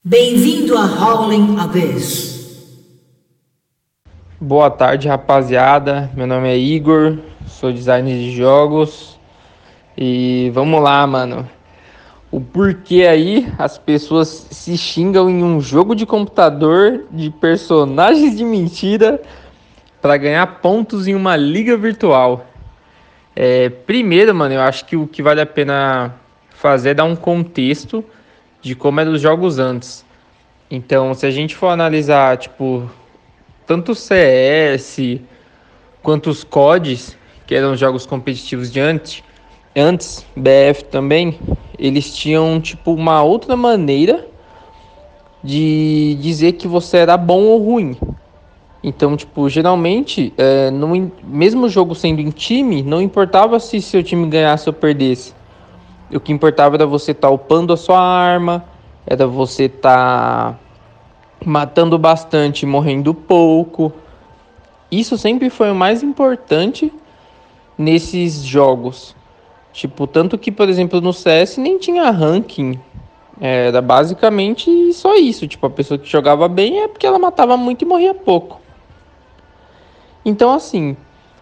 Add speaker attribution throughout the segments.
Speaker 1: Bem-vindo a Howling Abyss.
Speaker 2: Boa tarde, rapaziada. Meu nome é Igor, sou designer de jogos e vamos lá, mano. O porquê aí as pessoas se xingam em um jogo de computador de personagens de mentira para ganhar pontos em uma liga virtual. Primeiro, mano, eu acho que o que vale a pena fazer é dar um contexto de como eram os jogos antes. Então, se a gente for analisar, tipo, tanto o CS quanto os CODs, que eram jogos competitivos de antes, BF também, eles tinham tipo uma outra maneira de dizer que você era bom ou ruim. Então, tipo, geralmente, mesmo o jogo sendo em time, não importava se seu time ganhasse ou perdesse. O que importava era você estar upando a sua arma, era você estar matando bastante e morrendo pouco. Isso sempre foi o mais importante nesses jogos. Tipo, tanto que, por exemplo, no CS nem tinha ranking. Era basicamente só isso. Tipo, a pessoa que jogava bem é porque ela matava muito e morria pouco. Então, assim,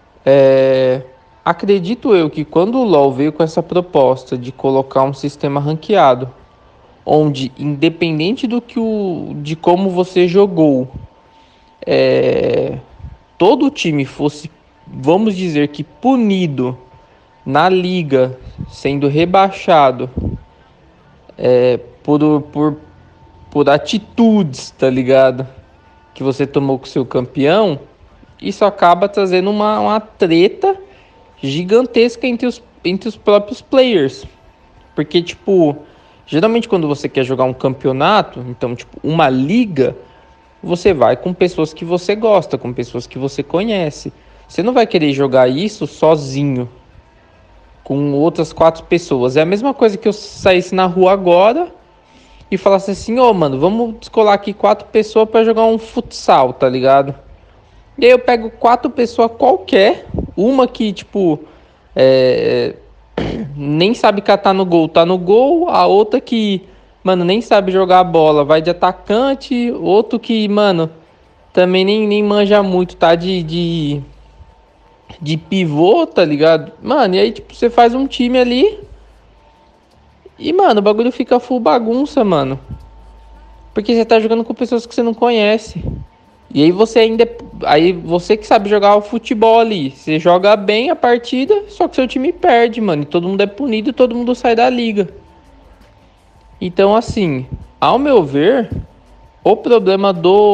Speaker 2: acredito eu que quando o LoL veio com essa proposta de colocar um sistema ranqueado, onde independente de como você jogou, todo o time fosse, vamos dizer que punido na liga, sendo rebaixado por, por, por atitudes, tá ligado? Que você tomou com o seu campeão, isso acaba trazendo uma treta gigantesca entre os próprios players. Porque, tipo, geralmente quando você quer jogar um campeonato, então, tipo, uma liga, você vai com pessoas que você gosta, com pessoas que você conhece. Você não vai querer jogar isso sozinho, com outras 4 pessoas. É a mesma coisa que eu saísse na rua agora e falasse assim, ô mano, vamos descolar aqui 4 pessoas pra jogar um futsal, tá ligado? E aí eu pego 4 pessoas qualquer, uma que, tipo, é, nem sabe catar no gol, tá no gol, a outra que, mano, nem sabe jogar a bola, vai de atacante, outro que, mano, também nem manja muito, tá de pivô, tá ligado? Mano, e aí, tipo, você faz um time ali e, mano, o bagulho fica full bagunça, mano. Porque você tá jogando com pessoas que você não conhece. E aí você ainda. Aí você que sabe jogar o futebol ali. Você joga bem a partida, só que seu time perde, mano. E todo mundo é punido e todo mundo sai da liga. Então, assim, ao meu ver, o problema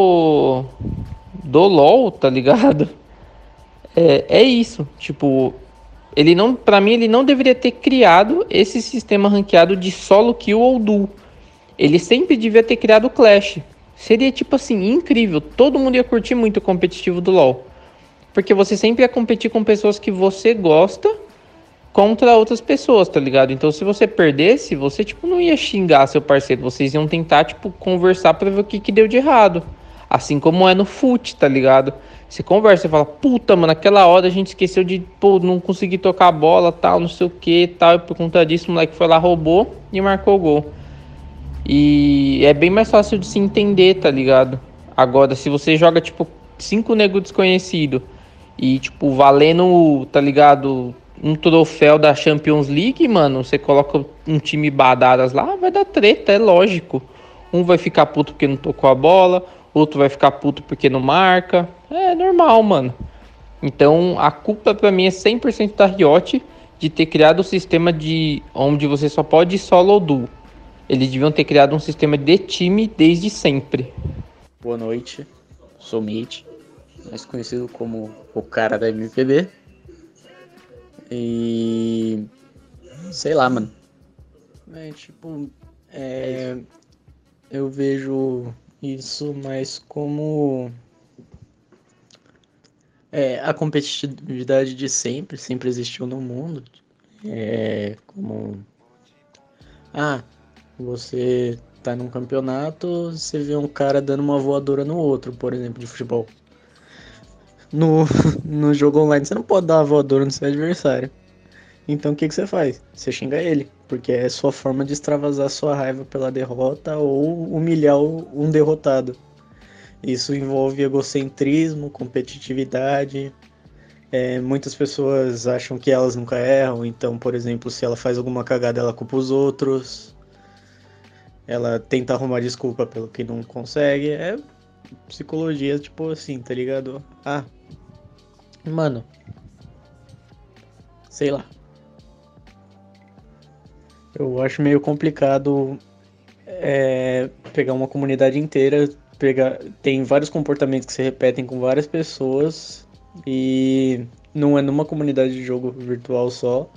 Speaker 2: do LoL, tá ligado? É isso. Tipo, ele não. Pra mim, ele não deveria ter criado esse sistema ranqueado de solo kill ou duo. Ele sempre devia ter criado o Clash. Seria tipo assim, incrível. Todo mundo ia curtir muito o competitivo do LoL. Porque você sempre ia competir com pessoas que você gosta contra outras pessoas, tá ligado? Então se você perdesse, você tipo não ia xingar seu parceiro. Vocês iam tentar tipo conversar pra ver o que deu de errado. Assim como é no fute, tá ligado? Você conversa e fala, puta, mano, naquela hora a gente esqueceu de, pô, não conseguir tocar a bola, tal, não sei o que, tal. E por conta disso o moleque foi lá, roubou e marcou o gol. E é bem mais fácil de se entender, tá ligado? Agora, se você joga, tipo, 5 nego desconhecido e, tipo, valendo, tá ligado? Um troféu da Champions League, mano, você coloca um time badaras lá, vai dar treta, é lógico. Um vai ficar puto porque não tocou a bola, outro vai ficar puto porque não marca. É normal, mano. Então, a culpa pra mim é 100% da Riot de ter criado o sistema de onde você só pode solo ou duo. Eles deviam ter criado um sistema de time desde sempre.
Speaker 3: Boa noite, sou Mitch, mais conhecido como o cara da MPB. E sei lá, mano. Eu vejo isso mais como a competitividade de sempre existiu no mundo. Como você tá num campeonato, você vê um cara dando uma voadora no outro, por exemplo, de futebol. No, no jogo online, você não pode dar uma voadora no seu adversário. Então, o que você faz? Você xinga ele. porque é sua forma de extravasar sua raiva pela derrota ou humilhar um derrotado. Isso envolve egocentrismo, competitividade. Muitas pessoas acham que elas nunca erram, então, por exemplo, se ela faz alguma cagada, ela culpa os outros. Ela tenta arrumar desculpa pelo que não consegue. É psicologia, tipo assim, tá ligado? Ah, mano, sei lá. Eu acho meio complicado pegar uma comunidade inteira, tem vários comportamentos que se repetem com várias pessoas e não é numa comunidade de jogo virtual só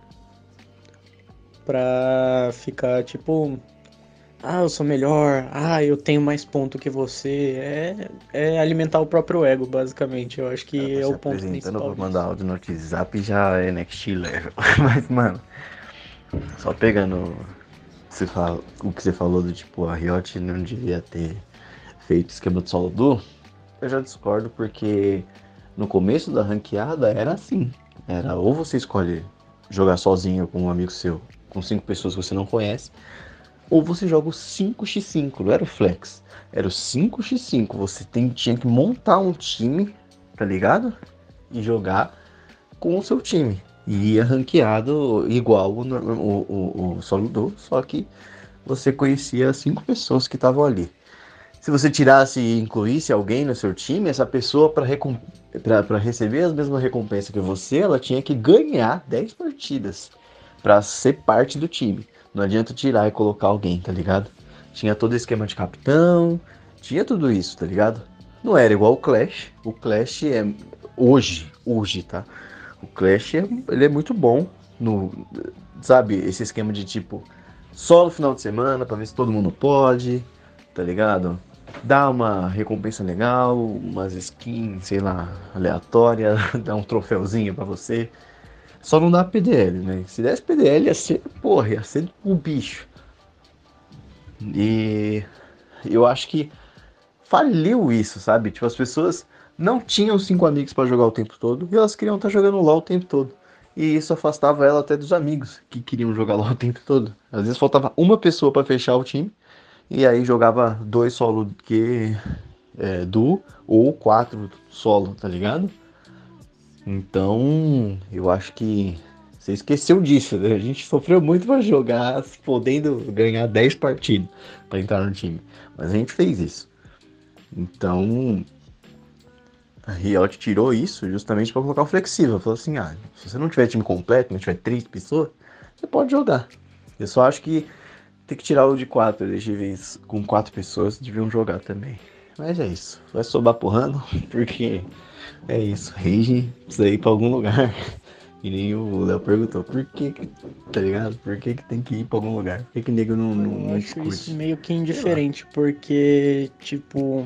Speaker 3: pra ficar tipo, eu sou melhor, eu tenho mais ponto que você. É alimentar o próprio ego, basicamente. Eu acho
Speaker 4: O cara
Speaker 3: que
Speaker 4: tá
Speaker 3: é
Speaker 4: se
Speaker 3: o ponto
Speaker 4: apresentando
Speaker 3: principal
Speaker 4: pra mandar
Speaker 3: disso.
Speaker 4: áudio no WhatsApp e já é next level. Mas, mano, só pegando o que você falou do tipo, a Riot não devia ter feito esquema de solo duo, eu já discordo porque no começo da ranqueada era assim. Era ou você escolhe jogar sozinho com um amigo seu, com 5 pessoas que você não conhece, ou você joga o 5x5, não era o flex. Era o 5x5. Você tinha que montar um time, tá ligado? E jogar com o seu time. E ia ranqueado igual o solo duo, só que você conhecia 5 pessoas que estavam ali. Se você tirasse e incluísse alguém no seu time, essa pessoa, para receber as mesmas recompensas que você, ela tinha que ganhar 10 partidas para ser parte do time. Não adianta tirar e colocar alguém, tá ligado? Tinha todo o esquema de capitão, tinha tudo isso, tá ligado? Não era igual o Clash. O Clash é hoje, tá? O Clash ele é muito bom no, sabe, esse esquema de tipo só no final de semana para ver se todo mundo pode, tá ligado? Dá uma recompensa legal, umas skins, sei lá, aleatória, dá um troféuzinho pra você. Só não dá PDL, né? Se desse PDL ia ser um bicho. E eu acho que faliu isso, sabe? Tipo, as pessoas não tinham 5 amigos pra jogar o tempo todo e elas queriam estar jogando LoL o tempo todo. E isso afastava ela até dos amigos que queriam jogar LoL o tempo todo. Às vezes faltava uma pessoa pra fechar o time e aí jogava 2 solo que duo ou 4 solo, tá ligado? Então, eu acho que você esqueceu disso, né? A gente sofreu muito pra jogar, podendo ganhar 10 partidas pra entrar no time. Mas a gente fez isso. Então, a Riot tirou isso justamente pra colocar o flexível. Falou assim, se você não tiver time completo, não tiver 3 pessoas, você pode jogar. Eu só acho que tem que tirar o de 4, eles com 4 pessoas deviam jogar também. Mas é isso, vai sobar porrando, porque é isso, Rage precisa ir pra algum lugar. E nem o Léo perguntou, por que, tá ligado? Por que tem que ir pra algum lugar? Por que nego não
Speaker 3: Eu acho isso
Speaker 4: discute?
Speaker 3: meio que indiferente, porque, tipo,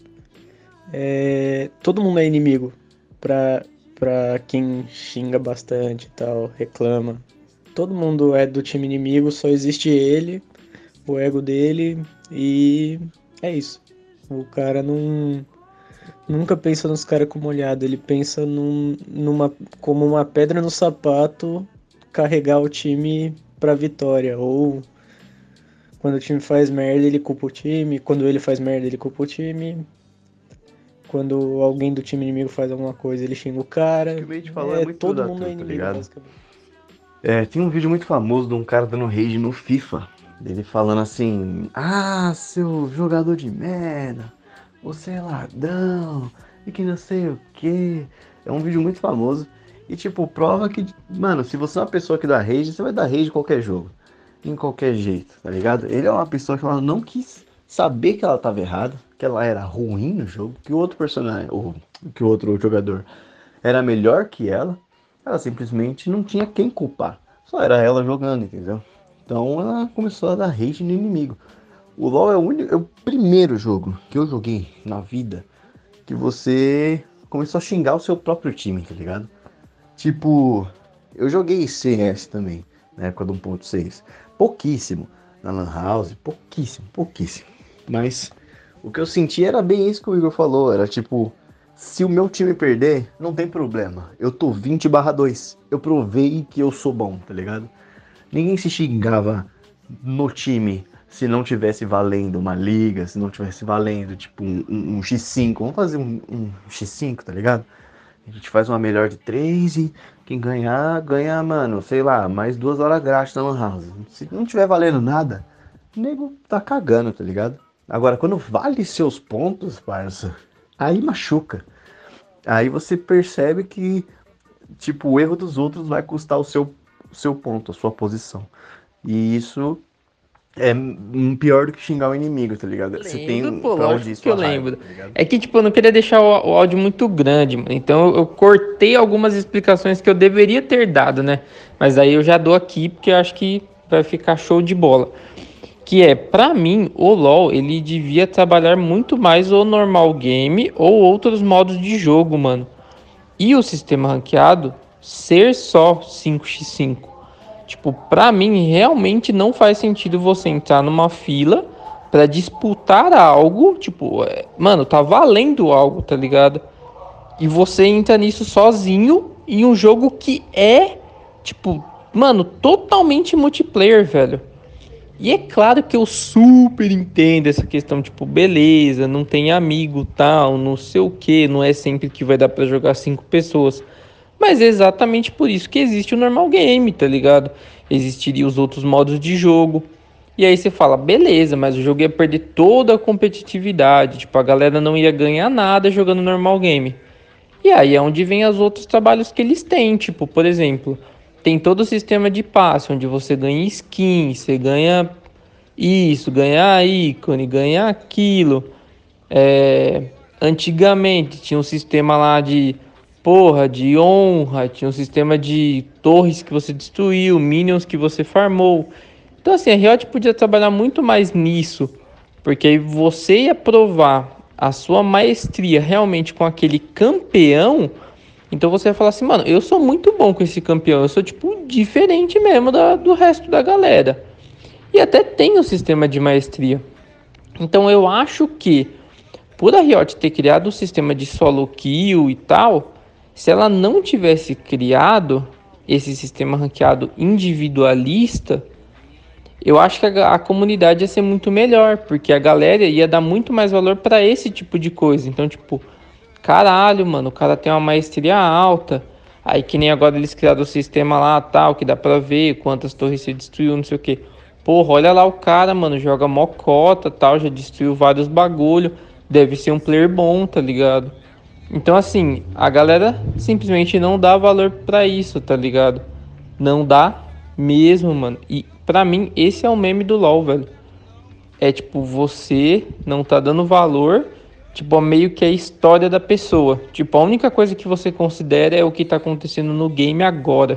Speaker 3: todo mundo é inimigo pra quem xinga bastante e tal, reclama. Todo mundo é do time inimigo, só existe ele, o ego dele, e é isso. O cara nunca pensa nos caras como olhado, ele pensa como uma pedra no sapato carregar o time pra vitória. Ou quando o time faz merda, ele culpa o time. Quando ele faz merda, ele culpa o time. Quando alguém do time inimigo faz alguma coisa, ele xinga o cara.
Speaker 4: O que o Mate falou é muito
Speaker 3: Todo mundo é
Speaker 4: true, tá
Speaker 3: inimigo,
Speaker 4: ligado?
Speaker 3: basicamente.
Speaker 4: Tem um vídeo muito famoso de um cara dando rage no FIFA. Dele falando assim, seu jogador de merda, você é ladrão, e que não sei o que. É um vídeo muito famoso. E tipo, prova que, mano, se você é uma pessoa que dá rage, você vai dar rage em qualquer jogo. Em qualquer jeito, tá ligado? Ele é uma pessoa que ela não quis saber que ela tava errada, que ela era ruim no jogo, que o outro personagem, ou que o outro jogador era melhor que ela simplesmente não tinha quem culpar. Só era ela jogando, entendeu? Então ela começou a dar rage no inimigo. O LoL é o primeiro jogo que eu joguei na vida que você começou a xingar o seu próprio time, tá ligado? Tipo, eu joguei CS também, na época do 1.6. Pouquíssimo. Na Lan House, pouquíssimo. Mas o que eu senti era bem isso que o Igor falou. Era tipo, se o meu time perder, não tem problema. Eu tô 20/2. Eu provei que eu sou bom, tá ligado? Ninguém se xingava no time se não tivesse valendo uma liga, se não tivesse valendo, tipo, um X5. Vamos fazer um X5, tá ligado? A gente faz uma melhor de 3 e quem ganhar, ganha, mano, sei lá, mais 2 horas grátis na Lan House. Se não tiver valendo nada, o nego tá cagando, tá ligado? Agora, quando vale seus pontos, parça, aí machuca. Aí você percebe que, tipo, o erro dos outros vai custar o seu ponto, a sua posição. E isso é pior do que xingar o inimigo, tá ligado? Você
Speaker 2: Lembro,
Speaker 4: tem
Speaker 2: pô,
Speaker 4: pra onde
Speaker 2: lógico
Speaker 4: isso
Speaker 2: que eu
Speaker 4: raiva,
Speaker 2: lembro.
Speaker 4: tá ligado?
Speaker 2: É que, tipo, eu não queria deixar o áudio muito grande, mano. Então eu cortei algumas explicações que eu deveria ter dado, né? Mas aí eu já dou aqui porque eu acho que vai ficar show de bola. Que é, pra mim, o LoL, ele devia trabalhar muito mais o normal game ou outros modos de jogo, mano. E o sistema ranqueado ser só 5x5. Tipo, pra mim, realmente não faz sentido você entrar numa fila pra disputar algo. Tipo, mano, tá valendo algo, tá ligado? E você entra nisso sozinho em um jogo que é, tipo, mano, totalmente multiplayer, velho. E é claro que eu super entendo essa questão, tipo, beleza, não tem amigo, tal, não sei o que, não é sempre que vai dar pra jogar 5 pessoas. Mas é exatamente por isso que existe o normal game, tá ligado? Existiria os outros modos de jogo. E aí você fala, beleza, mas o jogo ia perder toda a competitividade, tipo, a galera não ia ganhar nada jogando normal game. E aí é onde vem os outros trabalhos que eles têm, tipo, por exemplo, tem todo o sistema de passe, onde você ganha skin, você ganha isso, ganha ícone, ganha aquilo. É, antigamente tinha um sistema lá de porra, de honra, tinha um sistema de torres que você destruiu, minions que você farmou. Então assim, a Riot podia trabalhar muito mais nisso, porque aí você ia provar a sua maestria realmente com aquele campeão. Então você ia falar assim, mano, eu sou muito bom com esse campeão, eu sou tipo diferente mesmo do resto da galera. E até tem o sistema de maestria. Então eu acho que por a Riot ter criado o sistema de solo kill e tal, se ela não tivesse criado esse sistema ranqueado individualista, eu acho que a comunidade ia ser muito melhor, porque a galera ia dar muito mais valor para esse tipo de coisa. Então, tipo, caralho, mano, o cara tem uma maestria alta. Aí que nem agora eles criaram o sistema lá, tal, que dá pra ver quantas torres você destruiu, não sei o que. Porra, olha lá o cara, mano, joga mocota, tal, já destruiu vários bagulho. Deve ser um player bom, tá ligado? Então, assim, a galera simplesmente não dá valor pra isso, tá ligado? Não dá mesmo, mano. E pra mim, esse é o meme do LoL, velho. É tipo, você não tá dando valor, tipo, meio que a história da pessoa. Tipo, a única coisa que você considera é o que tá acontecendo no game agora.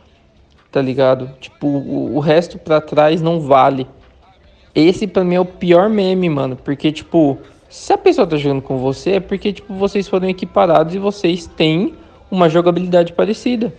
Speaker 2: Tá ligado? Tipo, o resto pra trás não vale. Esse pra mim é o pior meme, mano. Porque, tipo, se a pessoa tá jogando com você, é porque, tipo, vocês foram equiparados e vocês têm uma jogabilidade parecida.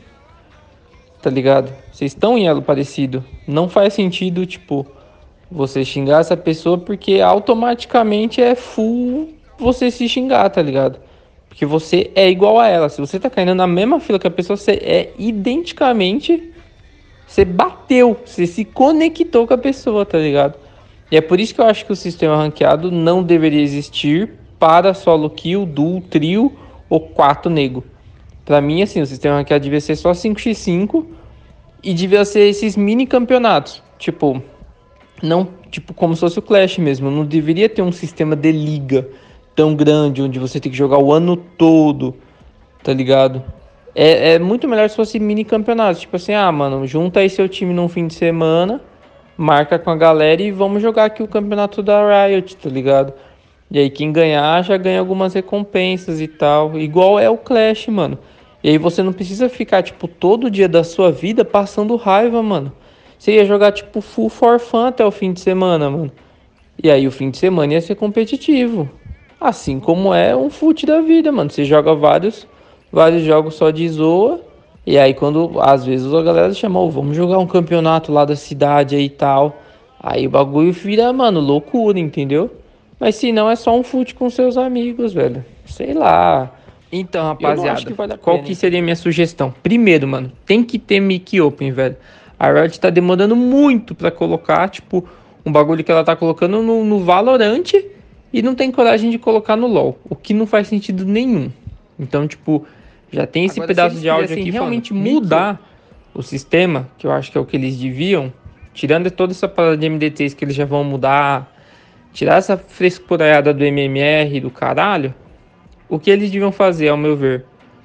Speaker 2: Tá ligado? Vocês estão em elo parecido. Não faz sentido, tipo, você xingar essa pessoa porque automaticamente é full você se xingar, tá ligado? Porque você é igual a ela. Se você tá caindo na mesma fila que a pessoa, você é identicamente. Você bateu, você se conectou com a pessoa, tá ligado? E é por isso que eu acho que o sistema ranqueado não deveria existir para solo kill, duo, trio ou 4 nego. Pra mim, assim, o sistema ranqueado devia ser só 5x5 e devia ser esses mini campeonatos. Tipo, não, tipo, como se fosse o Clash mesmo. Não deveria ter um sistema de liga tão grande onde você tem que jogar o ano todo, tá ligado? É muito melhor se fosse mini campeonatos. Tipo assim, ah, mano, junta aí seu time num fim de semana, marca com a galera e vamos jogar aqui o campeonato da Riot, tá ligado? E aí quem ganhar já ganha algumas recompensas e tal. Igual é o Clash, mano. E aí você não precisa ficar, tipo, todo dia da sua vida passando raiva, mano. Você ia jogar, tipo, full for fun até o fim de semana, mano. E aí o fim de semana ia ser competitivo. Assim como é um fute da vida, mano. Você joga vários jogos só de zoa. E aí quando às vezes a galera chamou, vamos jogar um campeonato lá da cidade aí e tal. Aí o bagulho vira, mano, loucura, entendeu? Mas se não é só um fute com seus amigos, velho. Sei lá. Então,
Speaker 3: Eu não acho
Speaker 2: rapaziada,
Speaker 3: que vale a
Speaker 2: qual
Speaker 3: pena,
Speaker 2: que
Speaker 3: hein?
Speaker 2: seria a minha sugestão? Primeiro, mano, tem que ter mic open, velho. A Riot tá demorando muito pra colocar, tipo, um bagulho que ela tá colocando no Valorant e não tem coragem de colocar no LoL, o que não faz sentido nenhum. Então, tipo, já tem esse pedaço de áudio aqui realmente mudar o sistema, que eu acho que é o que eles deviam, tirando toda essa parada de MDTs que eles já vão mudar, tirar essa frescuraiada do MMR do caralho, o que eles deviam fazer, ao meu ver,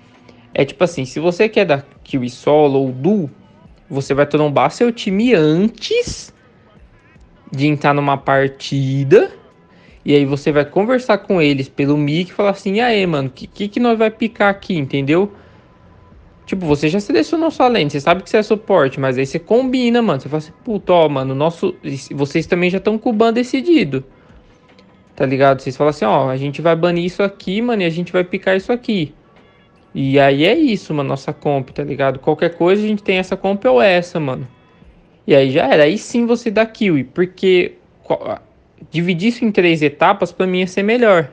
Speaker 2: é tipo assim, se você quer dar kill solo ou duo, você vai trombar seu time antes de entrar numa partida. E aí você vai conversar com eles pelo mic e falar assim, e aí, mano, que nós vai picar aqui, entendeu? Tipo, você já selecionou sua lane, você sabe que você é suporte, mas aí você combina, mano. Você fala assim, puta, ó, mano, vocês também já estão com o ban decidido. Tá ligado? Vocês falam assim, ó, a gente vai banir isso aqui, mano, e a gente vai picar isso aqui. E aí é isso, mano, nossa comp, tá ligado? Qualquer coisa a gente tem essa comp ou essa, mano. E aí já era, aí sim você dá kill, porque dividir isso em 3 etapas pra mim ia ser melhor.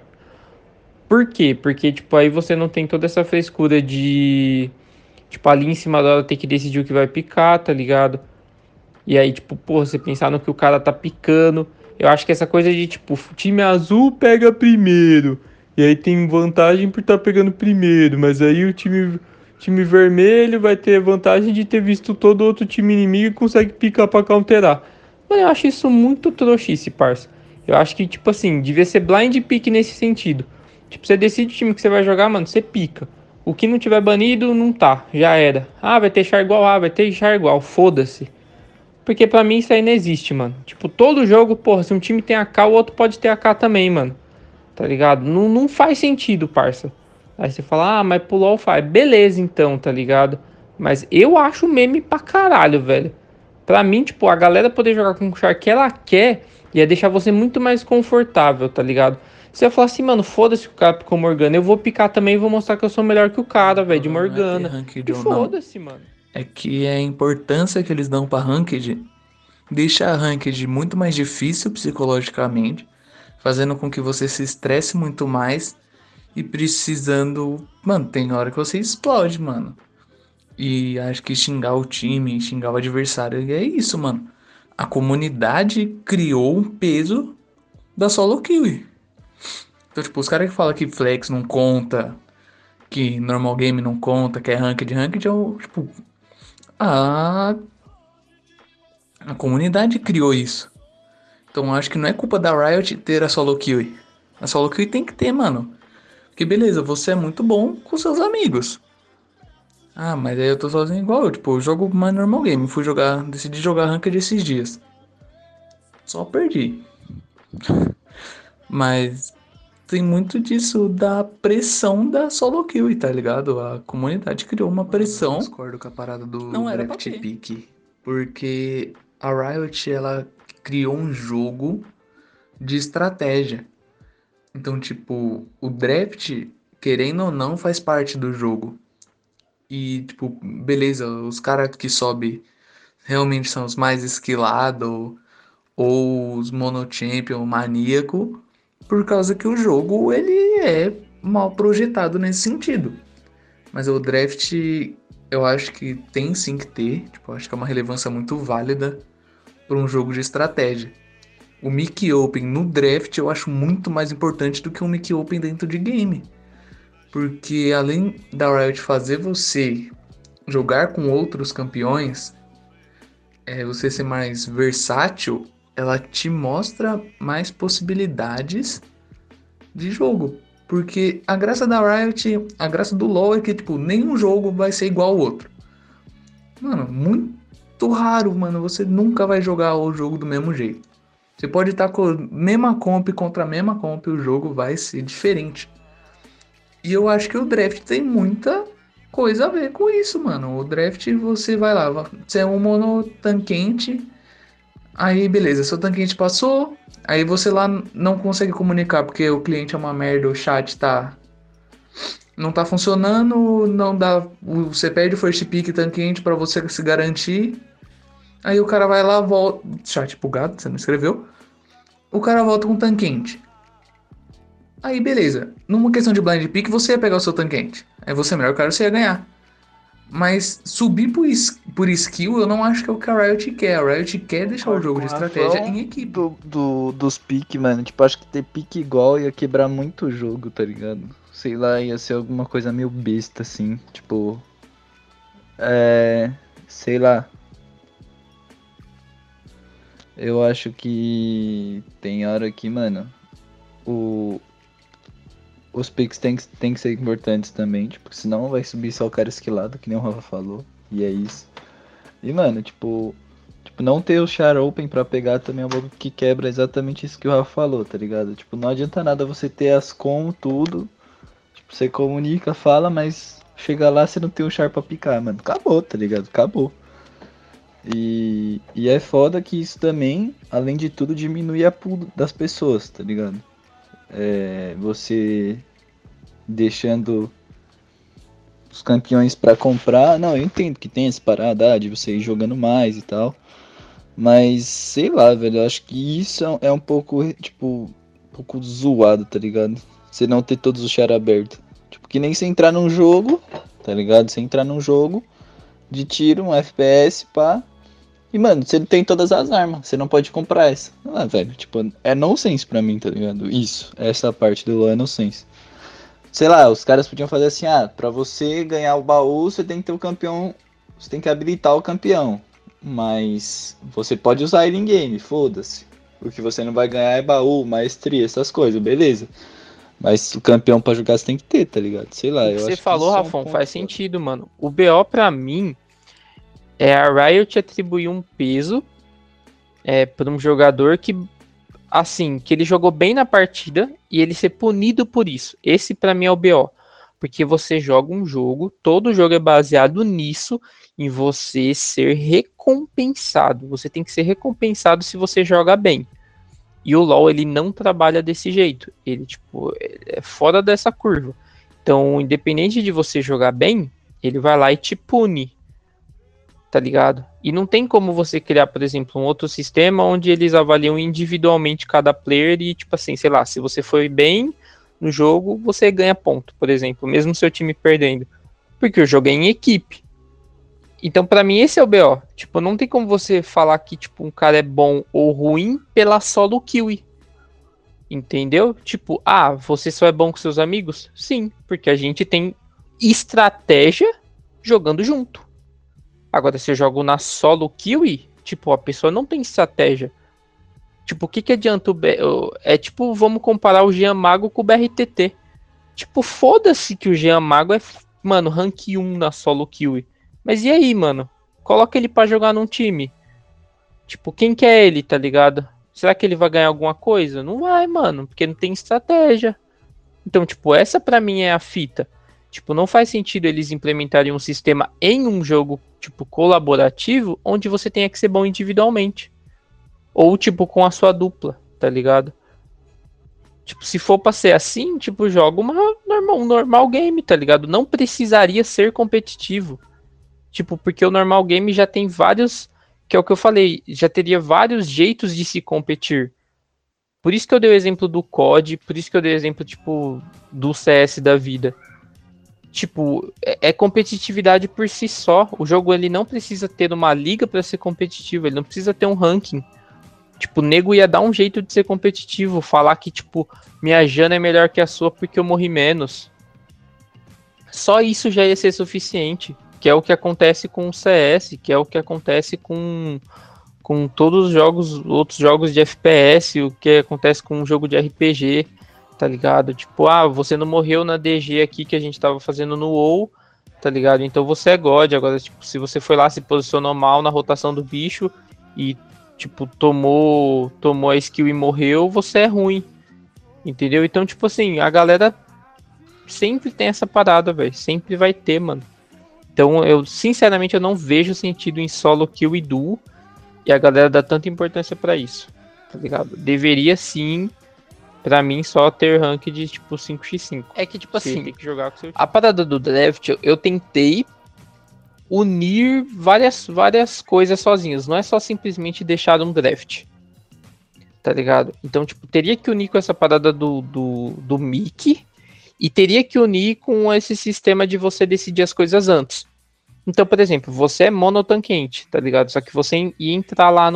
Speaker 2: Por quê? Porque, tipo, aí você não tem toda essa frescura de... Tipo, ali em cima da hora ter que decidir o que vai picar, tá ligado? E aí, tipo, porra, você pensar no que o cara tá picando. Eu acho que essa coisa de, tipo, time azul pega primeiro. E aí tem vantagem por estar pegando primeiro. Mas aí o time vermelho vai ter vantagem de ter visto todo outro time inimigo e consegue picar pra counterar. Mano, eu acho isso muito trouxice, parça. Eu acho que, tipo assim, devia ser blind pick nesse sentido. Tipo, você decide o time que você vai jogar, mano, você pica. O que não tiver banido, não tá. Já era. Ah, vai ter char igual. Ah, vai ter char igual. Foda-se. Porque pra mim isso aí não existe, mano. Tipo, todo jogo, porra, se um time tem AK, o outro pode ter AK também, mano. Tá ligado? Não faz sentido, parça. Aí você fala, ah, mas pro LoL faz. Beleza, então, tá ligado? Mas eu acho meme pra caralho, velho. Pra mim, tipo, a galera poder jogar com o char que ela quer ia deixar você muito mais confortável, tá ligado? Você ia falar assim, mano, foda-se o cara picou Morgana. Eu vou picar também e vou mostrar que eu sou melhor que o cara, velho, de Morgana. E foda-se, mano.
Speaker 5: É que a importância que eles dão pra Ranked deixa a Ranked muito mais difícil psicologicamente, fazendo com que você se estresse muito mais e precisando... Mano, tem hora que você explode, mano. E acho que xingar o time, xingar o adversário, é isso, mano. A comunidade criou um peso da solo kill. Então, tipo, os caras que falam que flex não conta, que normal game não conta, que é ranked é o, tipo... A comunidade criou isso. Então acho que não é culpa da Riot ter a solo kill. A solo kill tem que ter, mano. Porque beleza, você é muito bom com seus amigos. Ah, mas aí eu tô sozinho igual eu. Tipo, eu jogo mais normal game. Decidi jogar ranked esses dias. Só perdi. Mas tem muito disso da pressão da solo kill, tá ligado? A comunidade criou uma pressão. Eu discordo com a parada do draft pick. Porque a Riot, ela criou um jogo de estratégia. Então, tipo, o draft, querendo ou não, faz parte do jogo. E, tipo, beleza, os caras que sobem realmente são os mais esquilados ou os monochampion maníaco, por causa que o jogo, ele é mal projetado nesse sentido. Mas o draft, eu acho que tem sim que ter, tipo, eu acho que é uma relevância muito válida para um jogo de estratégia. O Mickey Open no draft eu acho muito mais importante do que um Mickey Open dentro de game. Porque além da Riot fazer você jogar com outros campeões, você ser mais versátil, ela te mostra mais possibilidades de jogo. Porque a graça da Riot, a graça do LoL é que, tipo, nenhum jogo vai ser igual ao outro. Mano, muito raro, mano, você nunca vai jogar o jogo do mesmo jeito. Você pode estar com a mesma comp contra a mesma comp, o jogo vai ser diferente. E eu acho que o draft tem muita coisa a ver com isso, mano. O draft, você vai lá, você é um mono tanquente, aí beleza, seu tanquente passou, aí você lá não consegue comunicar porque o cliente é uma merda, o chat não tá funcionando, não dá, você perde o first pick tanquente pra você se garantir. Aí o cara vai lá, volta, chat bugado, você não escreveu. O cara volta com tanquente. Aí beleza, numa questão de blind pick você ia pegar o seu tanquente. Aí você é melhor, cara, você ia ganhar. Mas subir por skill, eu não acho que é o que a Riot quer. A Riot quer deixar o jogo de estratégia em equipe.
Speaker 6: Dos piques, mano. Tipo, acho que ter pique igual ia quebrar muito o jogo, tá ligado? Sei lá, ia ser alguma coisa meio besta, assim. Tipo... sei lá. Eu acho que tem hora que, mano, os picks tem que ser importantes também, tipo, senão vai subir só o cara esquilado, que nem o Rafa falou, e é isso. E, mano, tipo não ter o char open pra pegar também é um bagulho que quebra exatamente isso que o Rafa falou, tá ligado? Tipo, não adianta nada você ter as com tudo, tipo, você comunica, fala, mas chega lá você não tem o char pra picar, mano. Acabou, tá ligado? Acabou. E é foda que isso também, além de tudo, diminui a pool das pessoas, tá ligado? Você deixando os campeões pra comprar. Não, eu entendo que tem essa parada de você ir jogando mais e tal. Mas, sei lá, velho, eu acho que isso é um pouco, tipo, um pouco zoado, tá ligado? Você não ter todos os char abertos. Tipo, que nem você entrar num jogo, tá ligado? Você entrar num jogo de tiro, um FPS, pá. E, mano, você tem todas as armas, você não pode comprar essa. Ah, velho, tipo, é nonsense pra mim, tá ligado? Isso, essa parte do LoL é nonsense. Sei lá, os caras podiam fazer assim, pra você ganhar o baú, você tem que ter o campeão, você tem que habilitar o campeão. Mas você pode usar ele em game, foda-se. O que você não vai ganhar é baú, maestria, essas coisas, beleza. Mas o campeão pra jogar você tem que ter, tá ligado? Sei lá,
Speaker 2: O que você falou, Rafão, faz sentido, mano. O BO pra mim é a Riot atribuir um peso para um jogador que, assim, que ele jogou bem na partida e ele ser punido por isso. Esse pra mim é o BO. Porque você joga um jogo, todo jogo é baseado nisso, em você ser recompensado. Você tem que ser recompensado se você joga bem. E o LoL, ele não trabalha desse jeito. Ele, tipo, é fora dessa curva. Então, independente de você jogar bem, ele vai lá e te pune. Tá ligado? E não tem como você criar, por exemplo, um outro sistema onde eles avaliam individualmente cada player e, tipo assim, sei lá, se você foi bem no jogo, você ganha ponto, por exemplo, mesmo seu time perdendo. Porque o jogo é em equipe. Então, pra mim, esse é o BO. Tipo, não tem como você falar que, tipo, um cara é bom ou ruim pela solo kill. Entendeu? Tipo, você só é bom com seus amigos? Sim, porque a gente tem estratégia jogando junto. Agora, se eu jogo na solo kill, tipo, a pessoa não tem estratégia. Tipo, o que adianta é tipo, vamos comparar o Jean Mago com o BRTT. Tipo, foda-se que o Jean Mago é, mano, rank 1 na solo kill. Mas e aí, mano? Coloca ele pra jogar num time. Tipo, quem que é ele, tá ligado? Será que ele vai ganhar alguma coisa? Não vai, mano, porque não tem estratégia. Então, tipo, essa pra mim é a fita. Tipo, não faz sentido eles implementarem um sistema em um jogo, tipo, colaborativo, onde você tenha que ser bom individualmente. Ou, tipo, com a sua dupla, tá ligado? Tipo, se for pra ser assim, tipo, joga um normal game, tá ligado? Não precisaria ser competitivo. Tipo, porque o normal game já tem vários, que é o que eu falei, já teria vários jeitos de se competir. Por isso que eu dei o exemplo do COD, por isso que eu dei o exemplo, tipo, do CS da vida. Tipo, é competitividade por si só. O jogo, ele não precisa ter uma liga pra ser competitivo, ele não precisa ter um ranking. Tipo, o nego ia dar um jeito de ser competitivo, falar que, tipo, minha Jana é melhor que a sua porque eu morri menos. Só isso já ia ser suficiente, que é o que acontece com o CS, que é o que acontece com todos os jogos, outros jogos de FPS, o que acontece com um jogo de RPG, tá ligado? Tipo, você não morreu na DG aqui que a gente tava fazendo no WoW, tá ligado? Então você é God. Agora, tipo, se você foi lá, se posicionou mal na rotação do bicho e, tipo, tomou a skill e morreu, você é ruim, entendeu? Então, tipo assim, a galera sempre tem essa parada, velho, sempre vai ter, mano. Então, sinceramente, eu não vejo sentido em solo kill e duo, e a galera dá tanta importância pra isso, tá ligado? Deveria sim, pra mim, só ter rank de tipo 5x5. É que, tipo assim, tem que jogar com seu time. A parada do draft, eu tentei unir várias coisas sozinhos. Não é só simplesmente deixar um draft, tá ligado? Então, tipo, teria que unir com essa parada do Mickey e teria que unir com esse sistema de você decidir as coisas antes. Então, por exemplo, você é monotanquente, tá ligado? Só que você ia entrar lá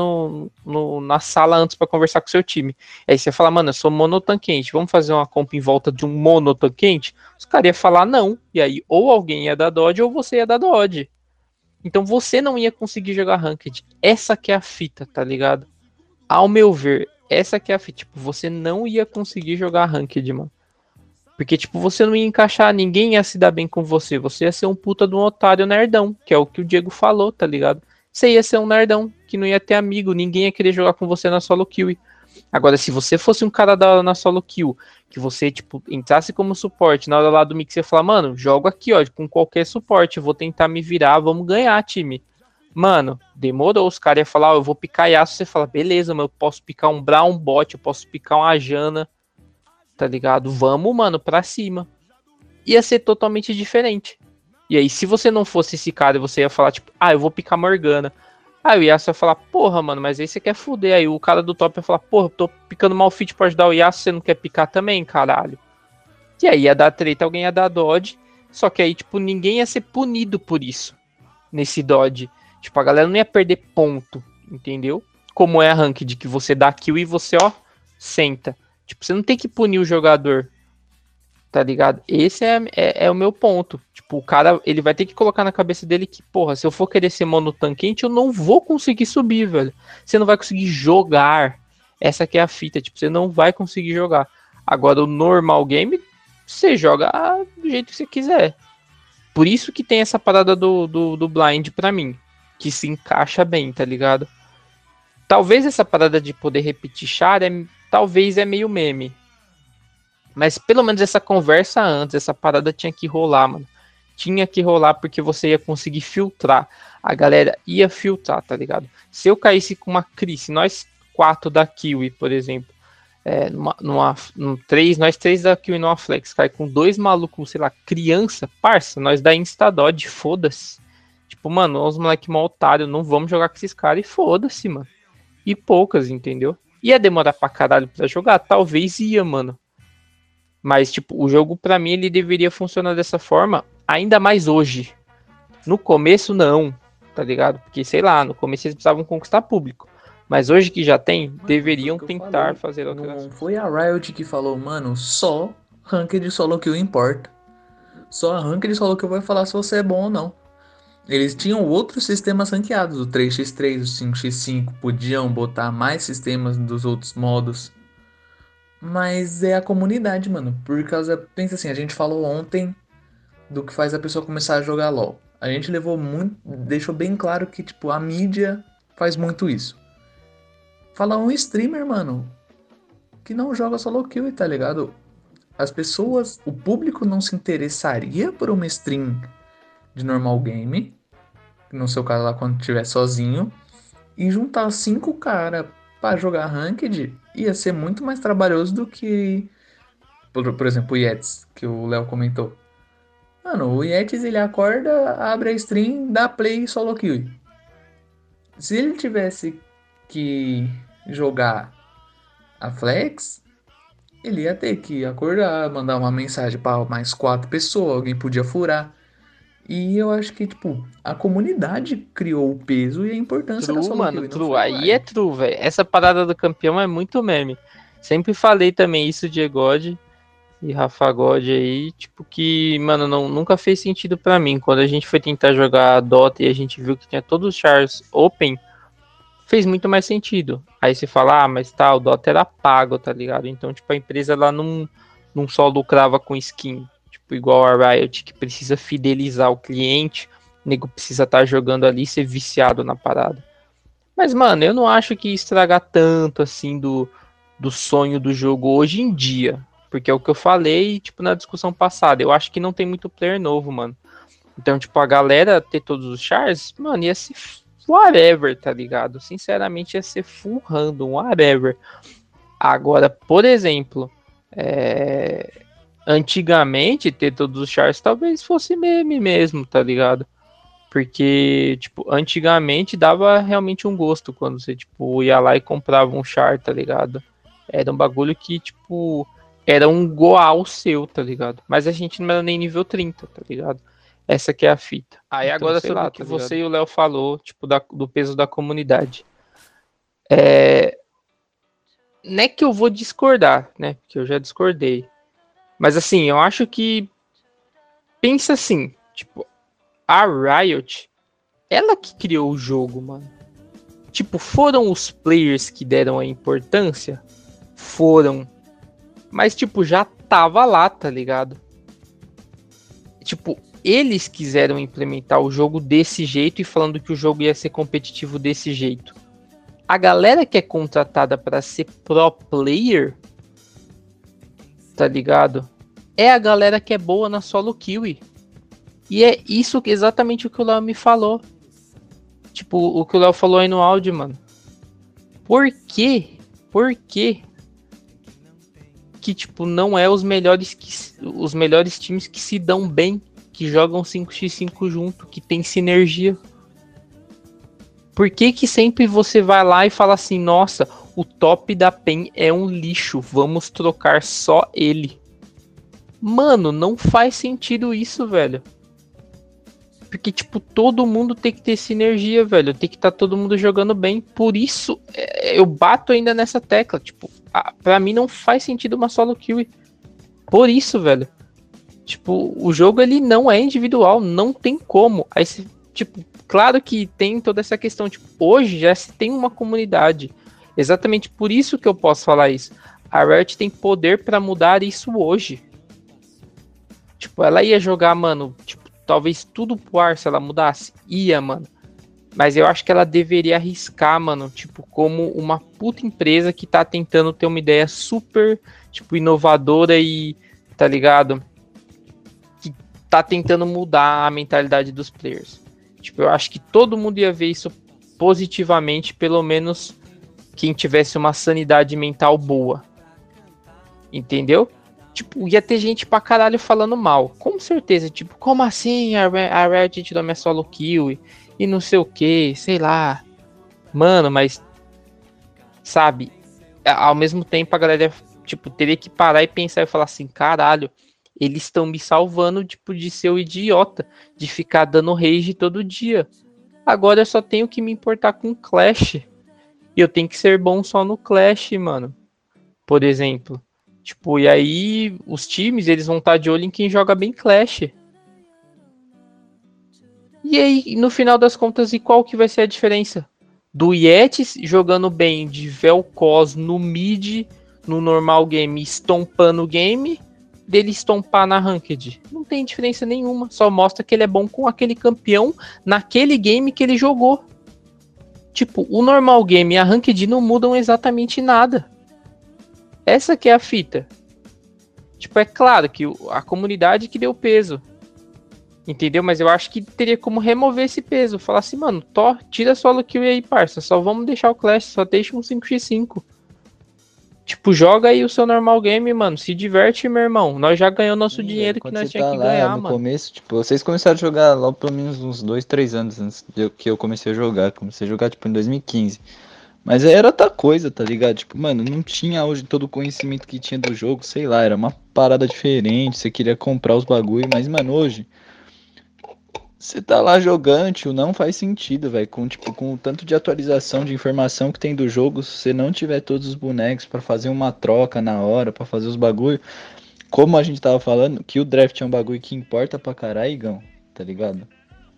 Speaker 2: na sala antes pra conversar com o seu time. Aí você fala, mano, eu sou monotanquente, vamos fazer uma comp em volta de um monotanquente? Os caras iam falar não. E aí, ou alguém ia dar dodge, ou você ia dar dodge. Então você não ia conseguir jogar ranked. Essa que é a fita, tá ligado? Ao meu ver, essa que é a fita. Tipo, você não ia conseguir jogar ranked, mano. Porque, tipo, você não ia encaixar, ninguém ia se dar bem com você. Você ia ser um puta de um otário nerdão, que é o que o Diego falou, tá ligado? Você ia ser um nerdão, que não ia ter amigo, ninguém ia querer jogar com você na solo kill. Agora, se você fosse um cara da hora na solo kill, que você, tipo, entrasse como suporte, na hora lá do mix, você ia falar, mano, jogo aqui, ó, com qualquer suporte, vou tentar me virar, vamos ganhar, time. Mano, demorou, os caras iam falar, ó, eu vou picar Yasuo, você fala, beleza, mas eu posso picar um Brown Bot, eu posso picar uma Jana, tá ligado? Vamos, mano, pra cima. Ia ser totalmente diferente. E aí, se você não fosse esse cara, você ia falar, tipo, eu vou picar Morgana. Aí o Yasuo ia falar, porra, mano, mas aí você quer fuder. Aí o cara do top ia falar, porra, tô picando Malphite pra ajudar o Yasuo, você não quer picar também, caralho. E aí ia dar treta, alguém ia dar dodge. Só que aí, tipo, ninguém ia ser punido por isso. Nesse dodge. Tipo, a galera não ia perder ponto, entendeu? Como é a ranked, que você dá kill e você, ó, senta. Tipo, você não tem que punir o jogador, tá ligado? Esse é o meu ponto. Tipo, o cara, ele vai ter que colocar na cabeça dele que, porra, se eu for querer ser monotanquente, eu não vou conseguir subir, velho. Você não vai conseguir jogar. Essa que é a fita, tipo, você não vai conseguir jogar. Agora, o normal game, você joga do jeito que você quiser. Por isso que tem essa parada do blind pra mim, que se encaixa bem, tá ligado? Talvez essa parada de poder repetir char talvez é meio meme. Mas pelo menos essa conversa antes, essa parada tinha que rolar, mano. Tinha que rolar porque você ia conseguir filtrar. A galera ia filtrar, tá ligado? Se eu caísse com uma Cris, nós 4 da Kiwi, por exemplo, nós 3 da Kiwi numa flex, cai com 2 malucos, sei lá, criança, parça, nós dá insta-dodge, foda-se. Tipo, mano, os moleque mal otário, não vamos jogar com esses caras e foda-se, mano. E poucas, entendeu? Ia demorar pra caralho pra jogar? Talvez ia, mano. Mas, tipo, o jogo, pra mim, ele deveria funcionar dessa forma, ainda mais hoje. No começo, não, tá ligado? Porque, sei lá, no começo eles precisavam conquistar público. Mas hoje que já tem, deveriam tentar fazer alterações.
Speaker 5: Não foi a Riot que falou, mano, só ranked solo kill importa. Só a ranked solo kill vai falar se você é bom ou não. Eles tinham outros sistemas ranqueados, o 3x3, o 5x5, podiam botar mais sistemas dos outros modos. Mas é a comunidade, mano. Por causa, pensa assim, a gente falou ontem do que faz a pessoa começar a jogar LoL. A gente levou muito, deixou bem claro que, tipo, a mídia faz muito isso. Fala um streamer, mano, que não joga solo kill, tá ligado? As pessoas, o público não se interessaria por uma stream de normal game, no seu caso lá quando estiver sozinho, e juntar 5 caras pra jogar ranked ia ser muito mais trabalhoso do que, por exemplo, o Yetis, que o Léo comentou. Mano, o Yetis ele acorda, abre a stream, dá play solo kill. Se ele tivesse que jogar a flex, ele ia ter que acordar, mandar uma mensagem para mais 4 pessoas, alguém podia furar. E eu acho que, tipo, a comunidade criou o peso e a importância da
Speaker 2: True,
Speaker 5: solo
Speaker 2: mano,
Speaker 5: kill.
Speaker 2: true. Aí é true, velho. Essa parada do campeão é muito meme. Sempre falei também isso, Diego God e Rafa God aí, tipo que, mano, nunca fez sentido pra mim. Quando a gente foi tentar jogar Dota e a gente viu que tinha todos os chars open, fez muito mais sentido. Aí você fala, mas tá, o Dota era pago, tá ligado? Então, tipo, a empresa ela não só lucrava com skin, tipo, igual a Riot, que precisa fidelizar o cliente, o nego precisa estar jogando ali e ser viciado na parada. Mas, mano, eu não acho que estragar tanto, assim, do sonho do jogo hoje em dia. Porque é o que eu falei, tipo, na discussão passada. Eu acho que não tem muito player novo, mano. Então, tipo, a galera ter todos os chars, mano, ia ser whatever, tá ligado? Sinceramente, ia ser full random, whatever. Agora, por exemplo, antigamente, ter todos os chars talvez fosse meme mesmo, tá ligado? Porque, tipo, antigamente dava realmente um gosto quando você, tipo, ia lá e comprava um char, tá ligado? Era um bagulho que, tipo, era um goal seu, tá ligado? Mas a gente não era nem nível 30, tá ligado? Essa que é a fita. Aí
Speaker 5: Então,
Speaker 2: agora
Speaker 5: sei
Speaker 2: sobre
Speaker 5: lá,
Speaker 2: o que
Speaker 5: tá
Speaker 2: você
Speaker 5: ligado?
Speaker 2: e o Léo falou, tipo, do peso da comunidade. Não é que eu vou discordar, né? Porque eu já discordei. Mas assim, eu acho que pensa assim, tipo, a Riot, ela que criou o jogo, mano. Tipo, foram os players que deram a importância? Foram. Mas, tipo, já tava lá, tá ligado? Tipo, eles quiseram implementar o jogo desse jeito e falando que o jogo ia ser competitivo desse jeito. A galera que é contratada para ser pro player, tá ligado? É a galera que é boa na solo kill. E é isso exatamente o que o Léo me falou. Tipo, o que o Léo falou aí no áudio, mano. Por quê? Por quê? Que, tipo, não é os melhores times que se dão bem, que jogam 5x5 junto, que tem sinergia. Por que que sempre você vai lá e fala assim, nossa, o top da PEN é um lixo, vamos trocar só ele? Mano, não faz sentido isso, velho. Porque, tipo, todo mundo tem que ter sinergia, velho. Tem que estar todo mundo jogando bem. Por isso, eu bato ainda nessa tecla. Tipo, pra mim não faz sentido uma solo kill. Por isso, velho. Tipo, o jogo, ele não é individual. Não tem como. Aí, tipo, claro que tem toda essa questão. Tipo, hoje já se tem uma comunidade. Exatamente por isso que eu posso falar isso. A Riot tem poder pra mudar isso hoje. Tipo, ela ia jogar, mano, tipo, talvez tudo pro ar se ela mudasse. Ia, mano. Mas eu acho que ela deveria arriscar, mano, tipo, como uma puta empresa que tá tentando ter uma ideia super, tipo, inovadora e, tá ligado? Que tá tentando mudar a mentalidade dos players. Tipo, eu acho que todo mundo ia ver isso positivamente, pelo menos quem tivesse uma sanidade mental boa. Entendeu? Tipo, ia ter gente pra caralho falando mal. Com certeza, tipo, como assim a Riot tirou minha solo kill e não sei o que, sei lá. Mano, mas, sabe, ao mesmo tempo a galera, tipo, teria que parar e pensar e falar assim, caralho, eles estão me salvando, tipo, de ser o idiota, de ficar dando rage todo dia. Agora eu só tenho que me importar com Clash. E eu tenho que ser bom só no Clash, mano. Por exemplo. Tipo, e aí os times, eles vão estar de olho em quem joga bem Clash. E aí, no final das contas, e qual que vai ser a diferença? Do Yetis jogando bem de Vel'Koz no mid, no normal game, estompando o game, dele estompar na ranked. Não tem diferença nenhuma, só mostra que ele é bom com aquele campeão naquele game que ele jogou. Tipo, o normal game e a ranked não mudam exatamente nada. Essa que é a fita. Tipo, é claro que a comunidade que deu peso. Entendeu? Mas eu acho que teria como remover esse peso. Falar assim, mano, tira a solo kill aí, parça. Só vamos deixar o Clash, só deixa um 5x5. Tipo, joga aí o seu normal game, mano. Se diverte, meu irmão. Nós já ganhamos nosso
Speaker 6: Sim,
Speaker 2: dinheiro
Speaker 6: velho,
Speaker 2: que
Speaker 6: quando
Speaker 2: nós
Speaker 6: você
Speaker 2: tinha
Speaker 6: tá
Speaker 2: que
Speaker 6: lá
Speaker 2: ganhar,
Speaker 6: no
Speaker 2: mano.
Speaker 6: começo, tipo, vocês começaram a jogar logo pelo menos uns 2, 3 anos antes que eu comecei a jogar. Comecei a jogar, tipo, em 2015. Mas aí era outra coisa, tá ligado? Tipo, mano, não tinha hoje todo o conhecimento que tinha do jogo, sei lá, era uma parada diferente, você queria comprar os bagulho, mas, mano, hoje, você tá lá jogando, tio, não faz sentido, velho, com, tipo, com o tanto de atualização de informação que tem do jogo, se você não tiver todos os bonecos pra fazer uma troca na hora, pra fazer os bagulho, como a gente tava falando, que o draft é um bagulho que importa pra caralho, Igão, tá ligado?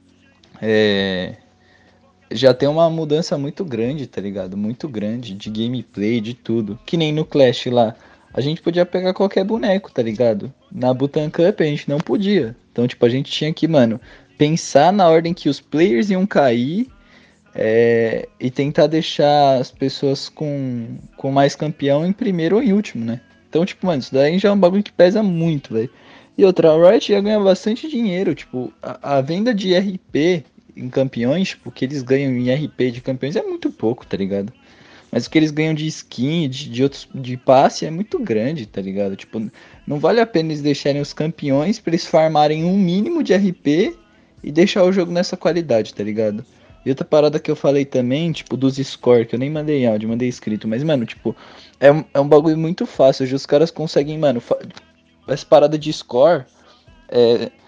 Speaker 6: Já tem uma mudança muito grande, tá ligado? Muito grande de gameplay, de tudo. Que nem no Clash lá. A gente podia pegar qualquer boneco, tá ligado? Na Butan Cup a gente não podia. Então, tipo, a gente tinha que, mano, pensar na ordem que os players iam cair e tentar deixar as pessoas com mais campeão em primeiro ou em último, né? Então, tipo, mano, isso daí já é um bagulho que pesa muito, velho. E outra, a Riot ia ganhar bastante dinheiro. Tipo, a venda de RP em campeões, tipo, o que eles ganham em RP de campeões é muito pouco, tá ligado? Mas o que eles ganham de skin, de outros, de passe é muito grande, tá ligado? Tipo, não vale a pena eles deixarem os campeões pra eles farmarem um mínimo de RP e deixar o jogo nessa qualidade, tá ligado? E outra parada que eu falei também, tipo, dos score, que eu nem mandei áudio, mandei escrito, mas, mano, tipo, é um bagulho muito fácil. Hoje os caras conseguem, mano, essa parada de score,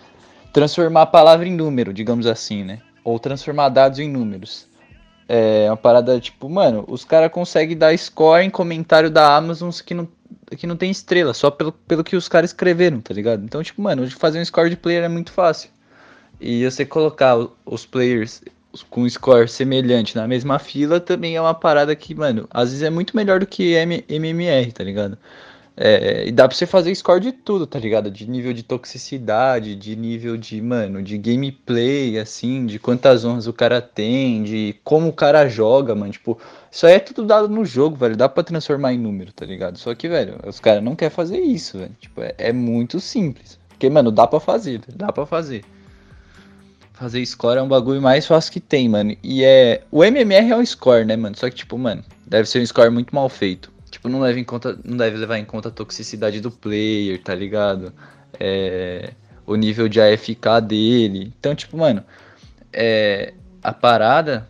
Speaker 6: transformar a palavra em número, digamos assim, né? Ou transformar dados em números. É uma parada, tipo, mano, os caras conseguem dar score em comentário da Amazon que não tem estrela, só pelo que os caras escreveram, tá ligado? Então, tipo, mano, hoje fazer um score de player é muito fácil. E você colocar os players com score semelhante na mesma fila também é uma parada que, mano, às vezes é muito melhor do que MMR, tá ligado? E dá pra você fazer score de tudo, tá ligado? De nível de toxicidade, de nível de, mano, de gameplay, assim, de quantas honras o cara tem, de como o cara joga, mano. Tipo, isso aí é tudo dado no jogo, velho. Dá pra transformar em número, tá ligado? Só que, velho, os caras não querem fazer isso, velho. Tipo, é muito simples. Porque, mano, dá pra fazer, velho. Dá pra fazer. Fazer score é um bagulho mais fácil que tem, mano. O MMR é um score, né, mano? Só que, tipo, mano, deve ser um score muito mal feito. Tipo, não deve levar em conta a toxicidade do player, tá ligado? O nível de AFK dele. Então, tipo, mano, a parada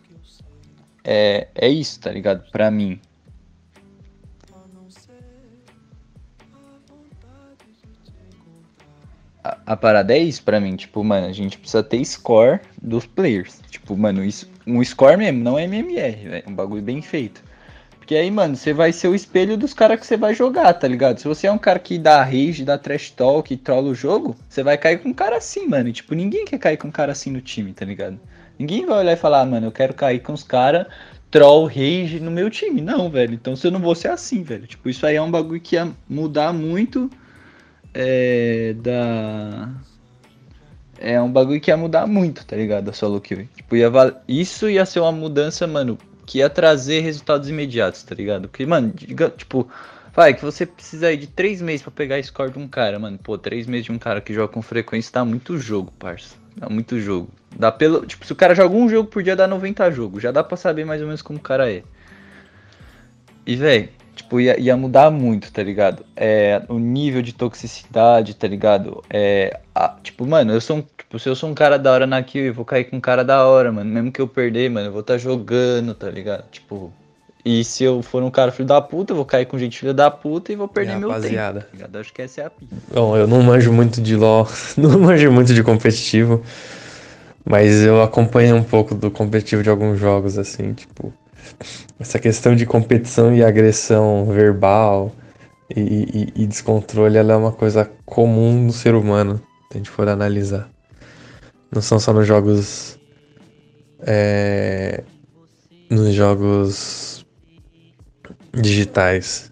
Speaker 6: é isso, tá ligado? Pra mim. A parada é isso pra mim, tipo, mano, a gente precisa ter score dos players. Tipo, mano, isso, um score mesmo, não é MMR, velho, um bagulho bem feito. Porque aí, mano, você vai ser o espelho dos caras que você vai jogar, tá ligado? Se você é um cara que dá rage, dá trash talk, trola o jogo, você vai cair com um cara assim, mano. E, tipo, ninguém quer cair com um cara assim no time, tá ligado? Ninguém vai olhar e falar, mano, eu quero cair com os caras troll, rage no meu time. Não, velho, então se eu não vou ser assim, velho. Tipo, isso aí é um bagulho que ia mudar muito É um bagulho que ia mudar muito, tá ligado? A solo kill. Tipo, isso ia ser uma mudança, mano, que ia trazer resultados imediatos, tá ligado? Porque, mano, tipo, vai que você precisa aí de 3 meses pra pegar a score de um cara, mano. Pô, 3 meses de um cara que joga com frequência dá muito jogo, parça. Dá muito jogo. Tipo, se o cara joga um jogo por dia, dá 90 jogos. Já dá pra saber mais ou menos como o cara é. E, velho, tipo, ia mudar muito, tá ligado? O nível de toxicidade, tá ligado? Tipo, mano, se eu sou um cara da hora na kill, eu vou cair com um cara da hora, mano. Mesmo que eu perder, mano, eu vou estar jogando, tá ligado? Tipo, e se eu for um cara filho da puta, eu vou cair com gente filho da puta e vou perder meu tempo, tá ligado? Acho que essa é a pista.
Speaker 7: Bom, eu não manjo muito de LoL, não manjo muito de competitivo, mas eu acompanho um pouco do competitivo de alguns jogos, assim, tipo... Essa questão de competição e agressão verbal e descontrole, ela é uma coisa comum no ser humano, se a gente for analisar. Não são só nos jogos digitais,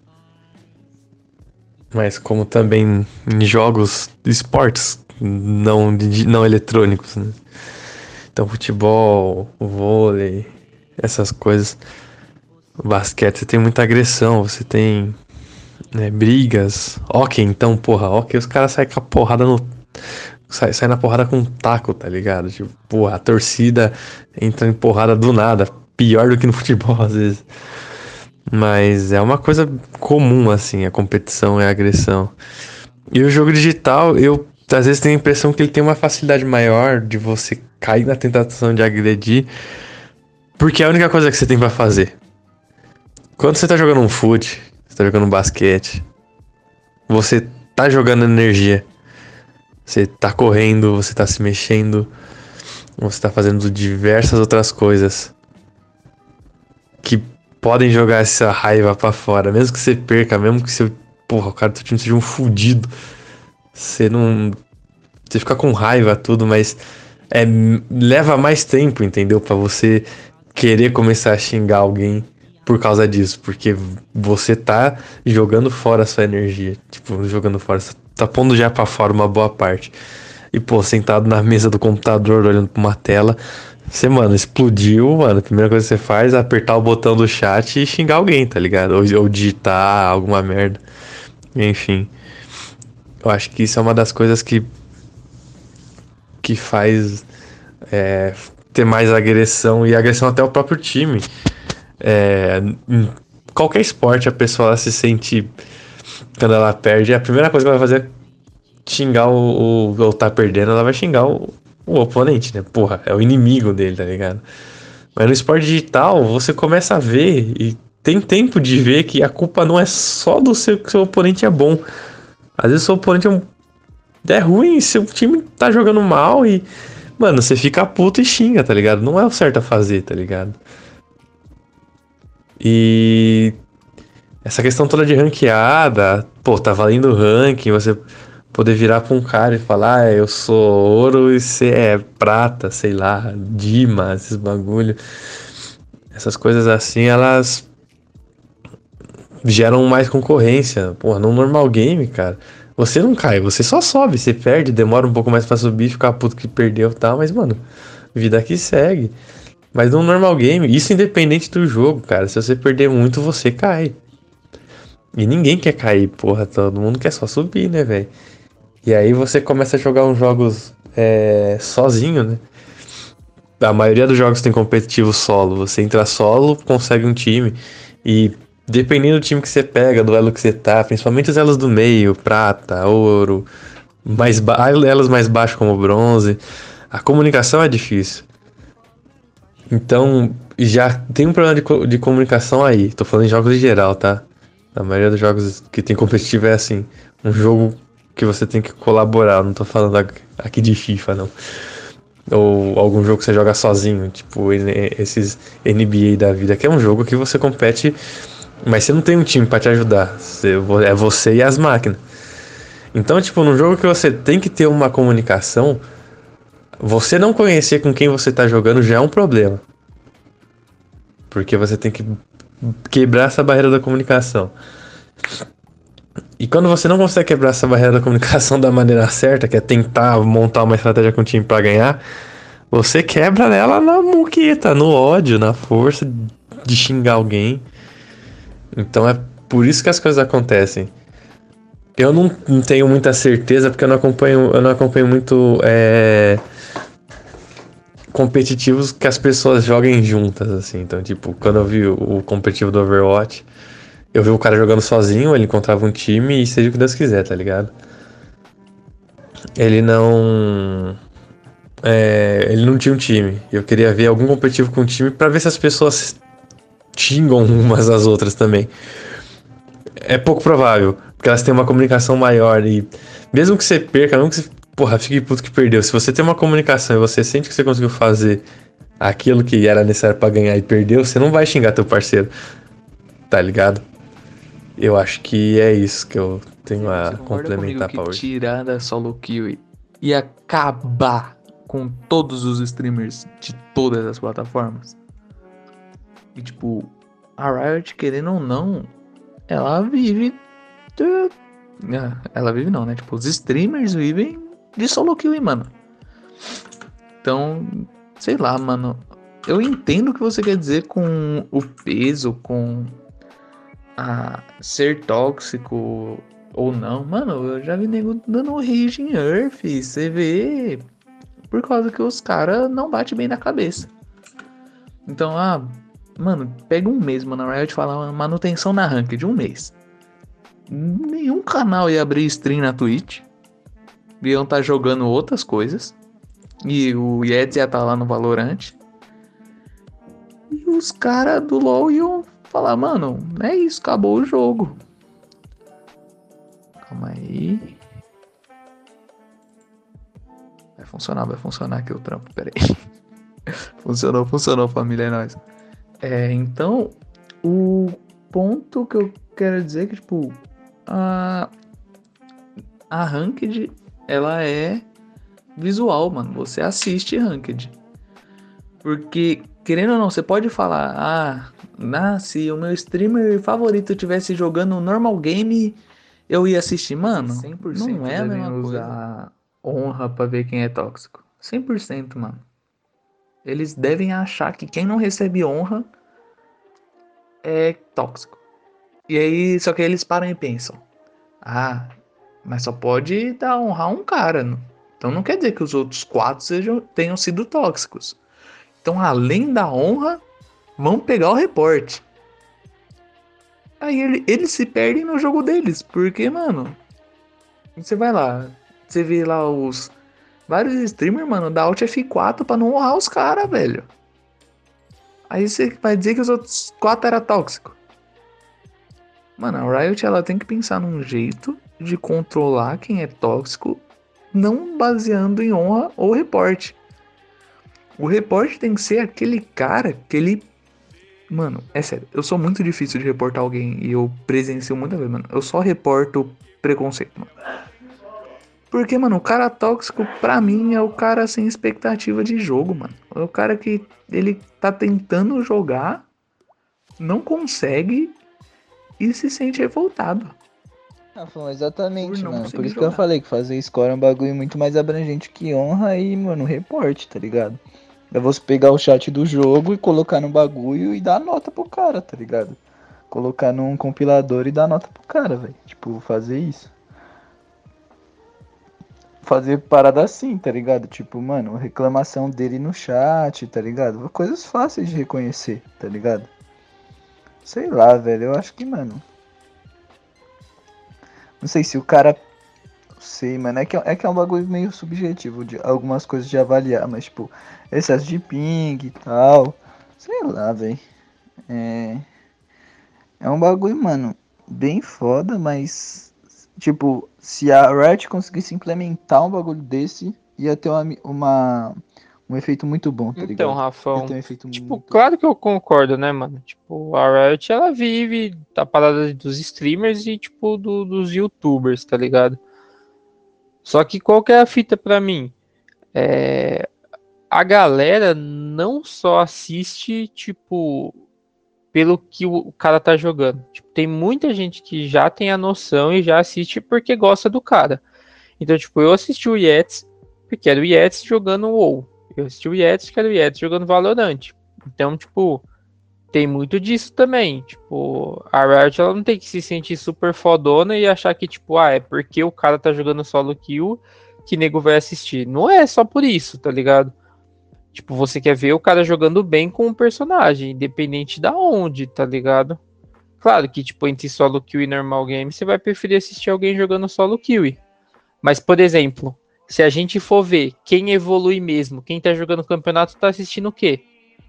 Speaker 7: mas como também em jogos de esportes não eletrônicos, né? Então, futebol, vôlei, essas coisas. O basquete, você tem muita agressão, você tem brigas. Hóquei, então, porra, hóquei, os caras saem com a porrada sai na porrada com um taco, tá ligado? Tipo, porra, a torcida entra em porrada do nada. Pior do que no futebol, às vezes. Mas é uma coisa comum, assim, a competição e a agressão. E o jogo digital, eu às vezes tenho a impressão que ele tem uma facilidade maior de você cair na tentação de agredir, porque é a única coisa que você tem pra fazer. Quando você tá jogando um fute, você tá jogando um basquete, você tá jogando energia. Você tá correndo, você tá se mexendo, você tá fazendo diversas outras coisas que podem jogar essa raiva pra fora. Mesmo que você perca, mesmo que você... Porra, o cara do time seja um fudido. Você não... Você fica com raiva, tudo, mas... leva mais tempo, entendeu? Pra você querer começar a xingar alguém por causa disso. Porque você tá jogando fora a sua energia. Tipo, jogando fora... Você tá pondo já pra fora uma boa parte. E, pô, sentado na mesa do computador, olhando pra uma tela... Você, mano, explodiu, mano. A primeira coisa que você faz é apertar o botão do chat e xingar alguém, tá ligado? Ou digitar alguma merda. Enfim. Eu acho que isso é uma das coisas que faz ter mais agressão. E agressão até o próprio time. Em qualquer esporte, a pessoa ela se sente... Quando ela perde, a primeira coisa que ela vai fazer é xingar ou tá perdendo. Ela vai xingar o oponente, né? Porra, é o inimigo dele, tá ligado? Mas no esporte digital, você começa a ver e tem tempo de ver que a culpa não é só do que seu oponente é bom. Às vezes o seu oponente é um é ruim, seu time tá jogando mal e, mano, você fica puto e xinga, tá ligado? Não é o certo a fazer, tá ligado? E essa questão toda de ranqueada, pô, tá valendo ranking, você poder virar pra um cara e falar, eu sou ouro e você é prata, sei lá, Dima, esses bagulho. Essas coisas assim, elas geram mais concorrência. Porra, no normal game, cara, você não cai, você só sobe, você perde, demora um pouco mais pra subir, ficar puto que perdeu e tal, mas, mano, vida que segue. Mas no normal game, isso independente do jogo, cara, se você perder muito, você cai. E ninguém quer cair, porra, todo mundo quer só subir, né, velho? E aí você começa a jogar uns jogos sozinho, né? A maioria dos jogos tem competitivo solo. Você entra solo, consegue um time. E dependendo do time que você pega, do elo que você tá, principalmente os elos do meio, prata, ouro, elos mais baixos como bronze, a comunicação é difícil. Então, já tem um problema de comunicação aí. Tô falando em jogos em geral, tá? A maioria dos jogos que tem competitivo é assim. Um jogo que você tem que colaborar. Não tô falando aqui de FIFA, não. Ou algum jogo que você joga sozinho, tipo esses NBA da vida, que é um jogo que você compete, mas você não tem um time pra te ajudar. É você e as máquinas. Então, tipo, num jogo que você tem que ter uma comunicação, você não conhecer com quem você tá jogando já é um problema. Porque você tem que quebrar essa barreira da comunicação. E quando você não consegue quebrar essa barreira da comunicação da maneira certa, que é tentar montar uma estratégia com o time pra ganhar, você quebra ela na muqueta, no ódio, na força de xingar alguém. Então é por isso que as coisas acontecem. Eu não tenho muita certeza, porque eu não acompanho muito competitivos que as pessoas joguem juntas, assim. Então, tipo, quando eu vi o competitivo do Overwatch, eu vi o cara jogando sozinho, ele encontrava um time e seja o que Deus quiser, tá ligado? Ele não tinha um time. Eu queria ver algum competitivo com um time pra ver se as pessoas xingam umas às outras também. É pouco provável, porque elas têm uma comunicação maior e mesmo que você perca, mesmo que você, porra, fique puto que perdeu, se você tem uma comunicação e você sente que você conseguiu fazer aquilo que era necessário pra ganhar e perdeu, você não vai xingar teu parceiro, tá ligado? Eu acho que é isso que eu tenho a complementar pra hoje.
Speaker 5: Tirar da solo kill e acabar com todos os streamers de todas as plataformas. E tipo, a Riot, querendo ou não, ela vive. Ela vive não, né? Tipo, os streamers vivem de solo kill, mano. Então, sei lá, mano. Eu entendo o que você quer dizer com o peso, com ser tóxico ou não. Mano, eu já vi nego dando rage em Earth. Você vê por causa que os caras não batem bem na cabeça. Então, mano, pega um mês, mano. A Riot fala manutenção na ranked de um mês. Nenhum canal ia abrir stream na Twitch. Iam estar jogando outras coisas. E o Yeds ia estar lá no Valorant. E os caras do LoL iam falar, mano, é isso, acabou o jogo. Calma aí. Vai funcionar aqui o trampo, pera aí. Funcionou, família, é nóis. Então, o ponto que eu quero dizer é que, tipo, a Ranked, ela é visual, mano. Você assiste Ranked. Porque, querendo ou não, você pode falar, se o meu streamer favorito tivesse jogando normal game, eu ia assistir. Mano, 100% não é a mesma coisa. Usar honra pra ver quem é tóxico. 100%, mano. Eles devem achar que quem não recebe honra é tóxico. E aí, só que eles param e pensam, mas só pode dar honrar um cara. Então não quer dizer que os outros 4 tenham sido tóxicos. Então, além da honra, vão pegar o reporte. Aí eles se perdem no jogo deles. Porque, mano, você vai lá, você vê lá os vários streamers, mano, dá Alt F4 pra não honrar os caras, velho. Aí você vai dizer que os outros 4 eram tóxicos. Mano, a Riot, ela tem que pensar num jeito de controlar quem é tóxico não baseando em honra ou reporte. O reporte tem que ser aquele cara que ele... Mano, é sério, eu sou muito difícil de reportar alguém e eu presencio muita vez, mano. Eu só reporto preconceito, mano. Porque, mano, o cara tóxico, pra mim, é o cara sem expectativa de jogo, mano. É o cara que ele tá tentando jogar, não consegue e se sente revoltado.
Speaker 6: Foi exatamente,
Speaker 5: Por não
Speaker 6: mano. Por
Speaker 5: conseguir
Speaker 6: isso que eu
Speaker 5: jogar.
Speaker 6: falei que fazer score é um bagulho muito mais abrangente que honra e, mano, reporte, tá ligado? É você pegar o chat do jogo e colocar no bagulho e dar nota pro cara, tá ligado? Colocar num compilador e dar nota pro cara, velho. Tipo, fazer isso. Fazer parada assim, tá ligado? Tipo, mano, reclamação dele no chat, tá ligado? Coisas fáceis de reconhecer, tá ligado? Sei lá, velho. Eu acho que, mano. Não sei se o cara. Não sei, mano. É que é um bagulho meio subjetivo de algumas coisas de avaliar, mas, tipo, excesso de ping e tal. Sei lá, velho. É um bagulho, mano, bem foda, mas. Tipo, se a Riot conseguisse implementar um bagulho desse, ia ter um efeito muito bom, tá
Speaker 2: Então,
Speaker 6: ligado? Ia ter
Speaker 2: Rafão,
Speaker 6: um efeito
Speaker 2: tipo,
Speaker 6: muito bom.
Speaker 2: claro que eu concordo, né, mano? Tipo, a Riot, ela vive da parada dos streamers e, tipo, dos YouTubers, tá ligado? Só que qual que é a fita pra mim? A galera não só assiste, tipo, pelo que o cara tá jogando. Tipo, tem muita gente que já tem a noção e já assiste porque gosta do cara. Então, tipo, eu assisti o Yetis porque era o Yetis jogando WoW. Eu assisti o Yetis porque era o Yetis jogando Valorant. Então, tipo, tem muito disso também. Tipo, a Riot ela não tem que se sentir super fodona e achar que, tipo, é porque o cara tá jogando solo kill que nego vai assistir. Não é só por isso, tá ligado? Tipo, você quer ver o cara jogando bem com o personagem, independente da onde, tá ligado? Claro que, tipo, entre solo kill e normal game, você vai preferir assistir alguém jogando solo kill. Mas, por exemplo, se a gente for ver quem evolui mesmo, quem tá jogando o campeonato, tá assistindo o quê?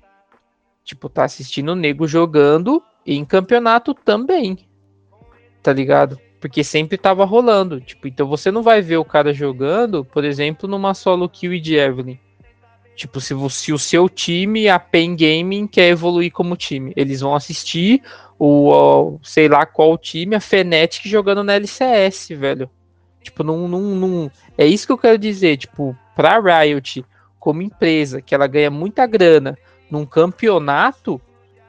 Speaker 2: Tipo, tá assistindo o nego jogando em campeonato também, tá ligado? Porque sempre tava rolando. Tipo, então você não vai ver o cara jogando, por exemplo, numa solo kill de Evelyn. Tipo, se o seu time, a Pen Gaming, quer evoluir como time, eles vão assistir sei lá qual time, a Fnatic jogando na LCS, velho. Tipo, não. É isso que eu quero dizer. Tipo, pra Riot, como empresa, que ela ganha muita grana num campeonato,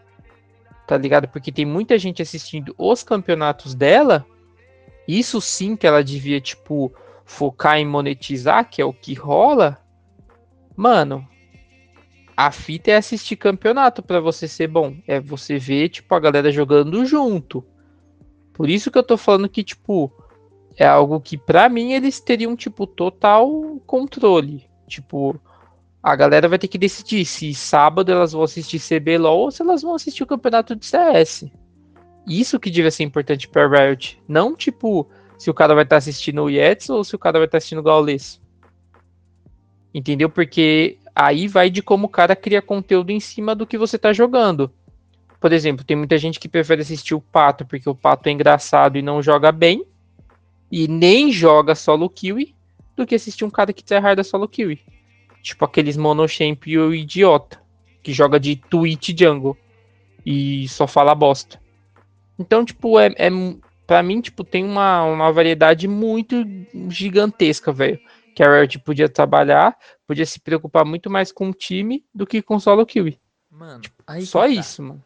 Speaker 2: tá ligado? Porque tem muita gente assistindo os campeonatos dela. Isso sim que ela devia, tipo, focar em monetizar, que é o que rola. Mano, a fita é assistir campeonato pra você ser bom. É você ver, tipo, a galera jogando junto. Por isso que eu tô falando que, tipo, é algo que pra mim eles teriam, tipo, total controle. Tipo, a galera vai ter que decidir se sábado elas vão assistir CBLOL ou se elas vão assistir o campeonato de CS. Isso que devia ser importante pra Riot. Não, tipo, se o cara vai estar assistindo o Yetis ou se o cara vai estar assistindo o Gaules. Entendeu? Porque aí vai de como o cara cria conteúdo em cima do que você tá jogando. Por exemplo, tem muita gente que prefere assistir o Pato porque o Pato é engraçado e não joga bem. E nem joga solo kill do que assistir um cara que tryharda solo kill. Tipo aqueles monochamp idiota que joga de Twitch jungle e só fala bosta. Então, tipo, pra mim, tipo, tem uma variedade muito gigantesca, velho. Que a Riot podia trabalhar, podia se preocupar muito mais com o time do que com solo kill.
Speaker 5: Mano, aí que
Speaker 2: Só
Speaker 5: tá.
Speaker 2: isso, mano.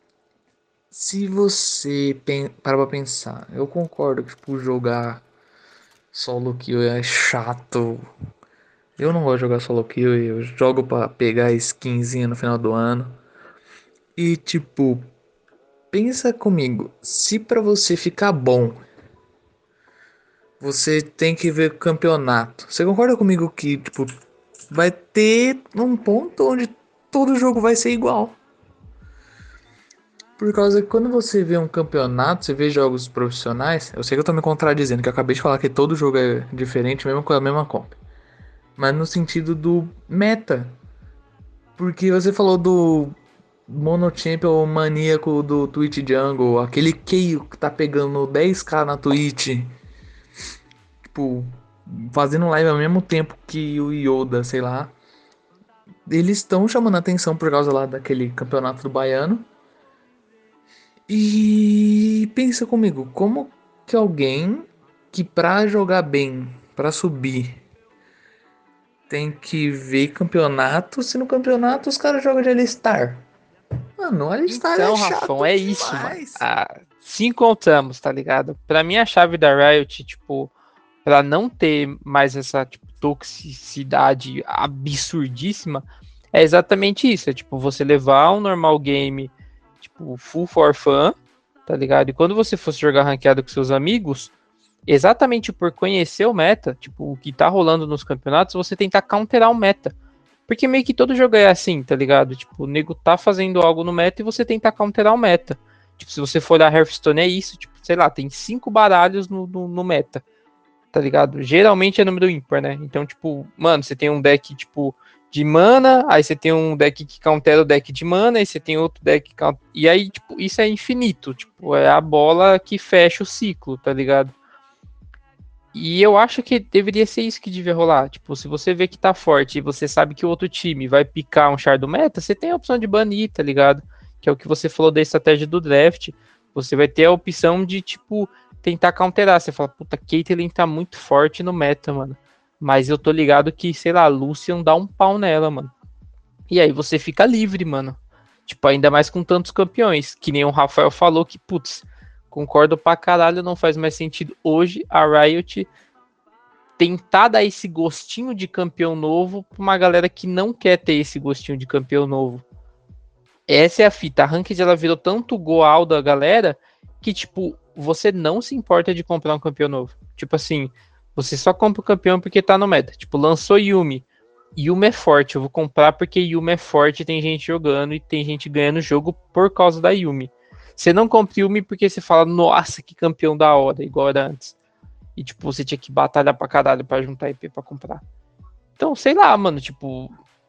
Speaker 5: Se você parar pra pensar, eu concordo que, tipo, jogar solo kill é chato. Eu não gosto de jogar solo kill, eu jogo pra pegar skinzinha no final do ano. E, tipo, pensa comigo, se pra você ficar bom, você tem que ver campeonato. Você concorda comigo que, tipo, vai ter um ponto onde todo jogo vai ser igual? Por causa que quando você vê um campeonato, você vê jogos profissionais, eu sei que eu tô me contradizendo, que eu acabei de falar que todo jogo é diferente, mesmo com a mesma comp. Mas no sentido do meta. Porque você falou do Monochampion maníaco do Twitch Jungle, aquele Keio que tá pegando 10k na Twitch. Tipo, fazendo live ao mesmo tempo que o Yoda, sei lá. Eles estão chamando a atenção por causa lá daquele campeonato do Baiano. E pensa comigo, como que alguém que pra jogar bem, pra subir, tem que ver campeonato, se no campeonato os caras jogam de Alistar? Mano, o Alistar
Speaker 2: Então,
Speaker 5: é chato
Speaker 2: Rafão, é isso, mano.
Speaker 5: demais.
Speaker 2: Se encontramos, tá ligado? Pra mim, a chave da Riot, tipo, pra não ter mais essa tipo, toxicidade absurdíssima, é exatamente isso. É tipo, você levar um normal game, tipo, full for fun, tá ligado? E quando você fosse jogar ranqueado com seus amigos, exatamente por conhecer o meta, tipo, o que tá rolando nos campeonatos, você tentar counterar o meta. Porque meio que todo jogo é assim, tá ligado? Tipo, o nego tá fazendo algo no meta e você tenta counterar o meta. Tipo, se você for olhar Hearthstone é isso, tipo, sei lá, tem 5 baralhos no meta, tá ligado? Geralmente é número ímpar, né? Então, tipo, mano, você tem um deck, tipo, de mana, aí você tem um deck que countera o deck de mana, aí você tem outro deck que e aí, tipo, isso é infinito, tipo, é a bola que fecha o ciclo, tá ligado? E eu acho que deveria ser isso que devia rolar. Tipo, se você vê que tá forte e você sabe que o outro time vai picar um char do meta, você tem a opção de banir, tá ligado? Que é o que você falou da estratégia do draft. Você vai ter a opção de, tipo, tentar counterar. Você fala, puta, Caitlyn tá muito forte no meta, mano. Mas eu tô ligado que, sei lá, Lucian dá um pau nela, mano. E aí você fica livre, mano. Tipo, ainda mais com tantos campeões. Que nem o Rafael falou que, putz, concordo pra caralho, não faz mais sentido hoje a Riot tentar dar esse gostinho de campeão novo pra uma galera que não quer ter esse gostinho de campeão novo. Essa é a fita. A Ranked, ela virou tanto goal da galera que, tipo, você não se importa de comprar um campeão novo. Tipo assim, você só compra o campeão porque tá no meta. Tipo, lançou Yumi. Yumi é forte, eu vou comprar porque Yumi é forte, tem gente jogando e tem gente ganhando o jogo por causa da Yumi. Você não compra Yumi porque você fala, nossa, que campeão da hora, igual era antes. E, tipo, você tinha que batalhar pra caralho pra juntar IP pra comprar. Então, sei lá, mano, tipo,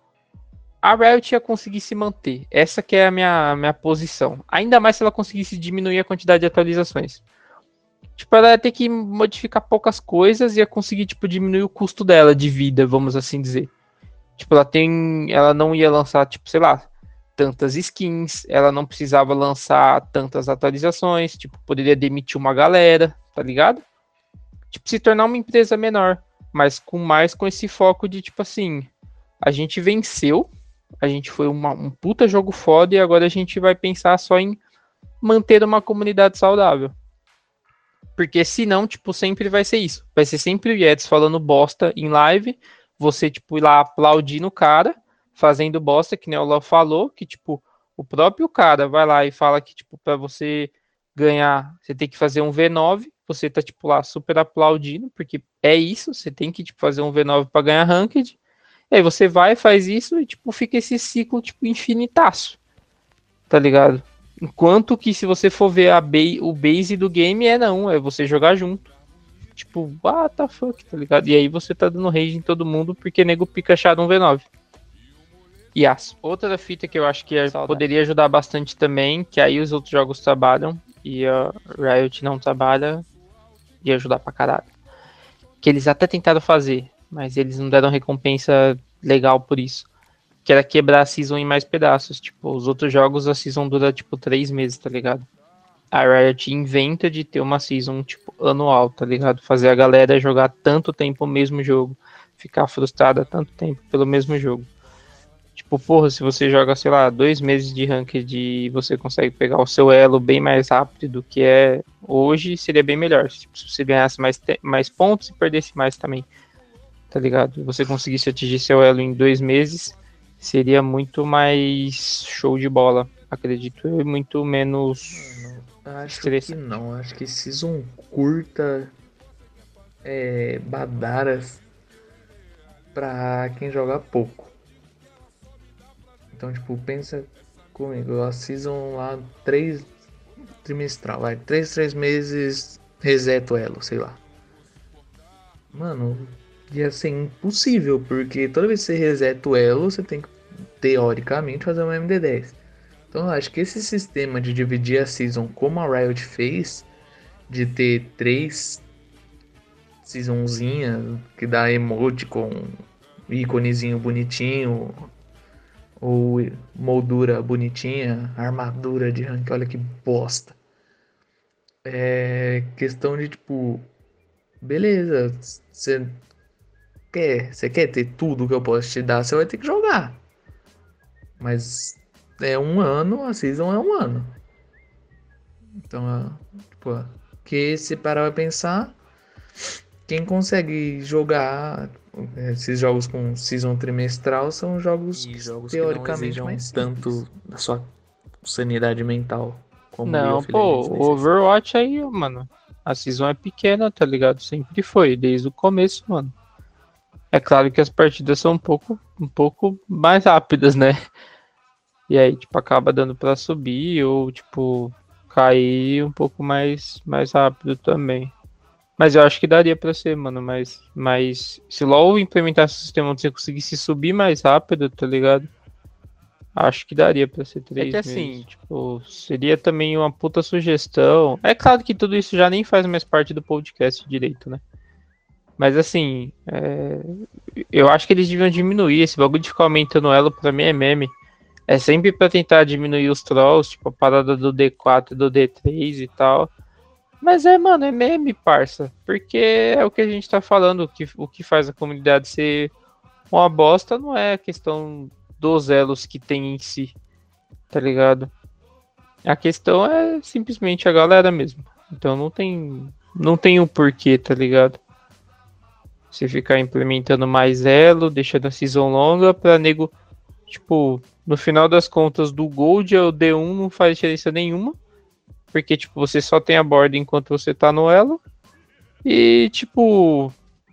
Speaker 2: a Riot ia conseguir se manter. Essa que é a minha posição. Ainda mais se ela conseguisse diminuir a quantidade de atualizações. Tipo, ela ia ter que modificar poucas coisas e ia conseguir, tipo, diminuir o custo dela de vida, vamos assim dizer. Tipo, ela não ia lançar, tipo, sei lá, tantas skins, ela não precisava lançar tantas atualizações, tipo, poderia demitir uma galera, tá ligado? Tipo, se tornar uma empresa menor, mas com esse foco de, tipo assim, a gente venceu, a gente foi um puta jogo foda e agora a gente vai pensar só em manter uma comunidade saudável. Porque senão, tipo, sempre vai ser isso. Vai ser sempre o Yetis falando bosta em live, você, tipo, ir lá aplaudindo o cara, fazendo bosta, que nem o Léo falou, que, tipo, o próprio cara vai lá e fala que, tipo, pra você ganhar, você tem que fazer um V9, você tá, tipo, lá super aplaudindo, porque é isso, você tem que, tipo, fazer um V9 pra ganhar ranked, e aí você vai, faz isso e, tipo, fica esse ciclo, tipo, infinitaço, tá ligado? Enquanto que se você for ver o base do game não, é você jogar junto. Tipo, what the fuck, tá ligado? E aí você tá dando rage em todo mundo porque nego pica Shadow V9. E aço. Outra fita que eu acho que poderia ajudar bastante também, que aí os outros jogos trabalham e a Riot não trabalha, ia ajudar pra caralho. Que eles até tentaram fazer, mas eles não deram recompensa legal por isso. Que era quebrar a season em mais pedaços. Tipo, os outros jogos a season dura tipo 3 meses, tá ligado? A Riot inventa de ter uma season tipo anual, tá ligado? Fazer a galera jogar tanto tempo o mesmo jogo, ficar frustrada tanto tempo pelo mesmo jogo. Tipo, porra, se você joga, sei lá, 2 meses de ranked e você consegue pegar o seu elo bem mais rápido do que é hoje, seria bem melhor. Tipo, se você ganhasse mais pontos e perdesse mais também, tá ligado? Você conseguisse atingir seu elo em 2 meses, seria muito mais show de bola, acredito eu, e muito menos
Speaker 5: Acho que não, acho que season curta badaras pra quem joga pouco. Então, tipo, pensa comigo, a season lá 3 trimestral, vai, 3 meses, reseto elo, sei lá. Mano, ia ser impossível, porque toda vez que você reseta o elo, você tem que, teoricamente, fazer uma MD10. Então eu acho que esse sistema de dividir a season como a Riot fez, de ter 3 seasonzinha que dá emote com íconezinho bonitinho, ou moldura bonitinha, armadura de rank, olha que bosta. É questão de tipo, beleza, você quer ter tudo que eu posso te dar, você vai ter que jogar. Mas é um ano, a season é um ano. Então, tipo, que se parar pra pensar, quem consegue jogar esses jogos com season trimestral são jogos teoricamente mais tanto da sua sanidade mental como League
Speaker 2: Não,
Speaker 5: of Legends
Speaker 2: pô, o
Speaker 5: necessita.
Speaker 2: Overwatch aí, mano. A season é pequena, tá ligado? Sempre foi, desde o começo, mano. É claro que as partidas são um pouco mais rápidas, né? E aí, tipo, acaba dando pra subir ou, tipo, cair um pouco mais rápido também. Mas eu acho que daria pra ser, mano. Mas se LoL implementasse o sistema onde você conseguisse subir mais rápido, tá ligado? Acho que daria pra ser 3 meses. É que assim, tipo, seria também uma puta sugestão. É claro que tudo isso já nem faz mais parte do podcast direito, né? Mas assim, eu acho que eles deviam diminuir esse bagulho de ficar aumentando elo, pra mim é meme. É sempre pra tentar diminuir os trolls, tipo a parada do D4 e do D3 e tal. Mas mano, é meme, parça. Porque é o que a gente tá falando, o que faz a comunidade ser uma bosta não é a questão dos elos que tem em si, tá ligado? A questão é simplesmente a galera mesmo. Então não tem um porquê, tá ligado? Você ficar implementando mais elo, deixando a season longa pra nego, tipo, no final das contas do Gold ao D1 não faz diferença nenhuma. Porque, tipo, você só tem a borda enquanto você tá no elo. E, tipo,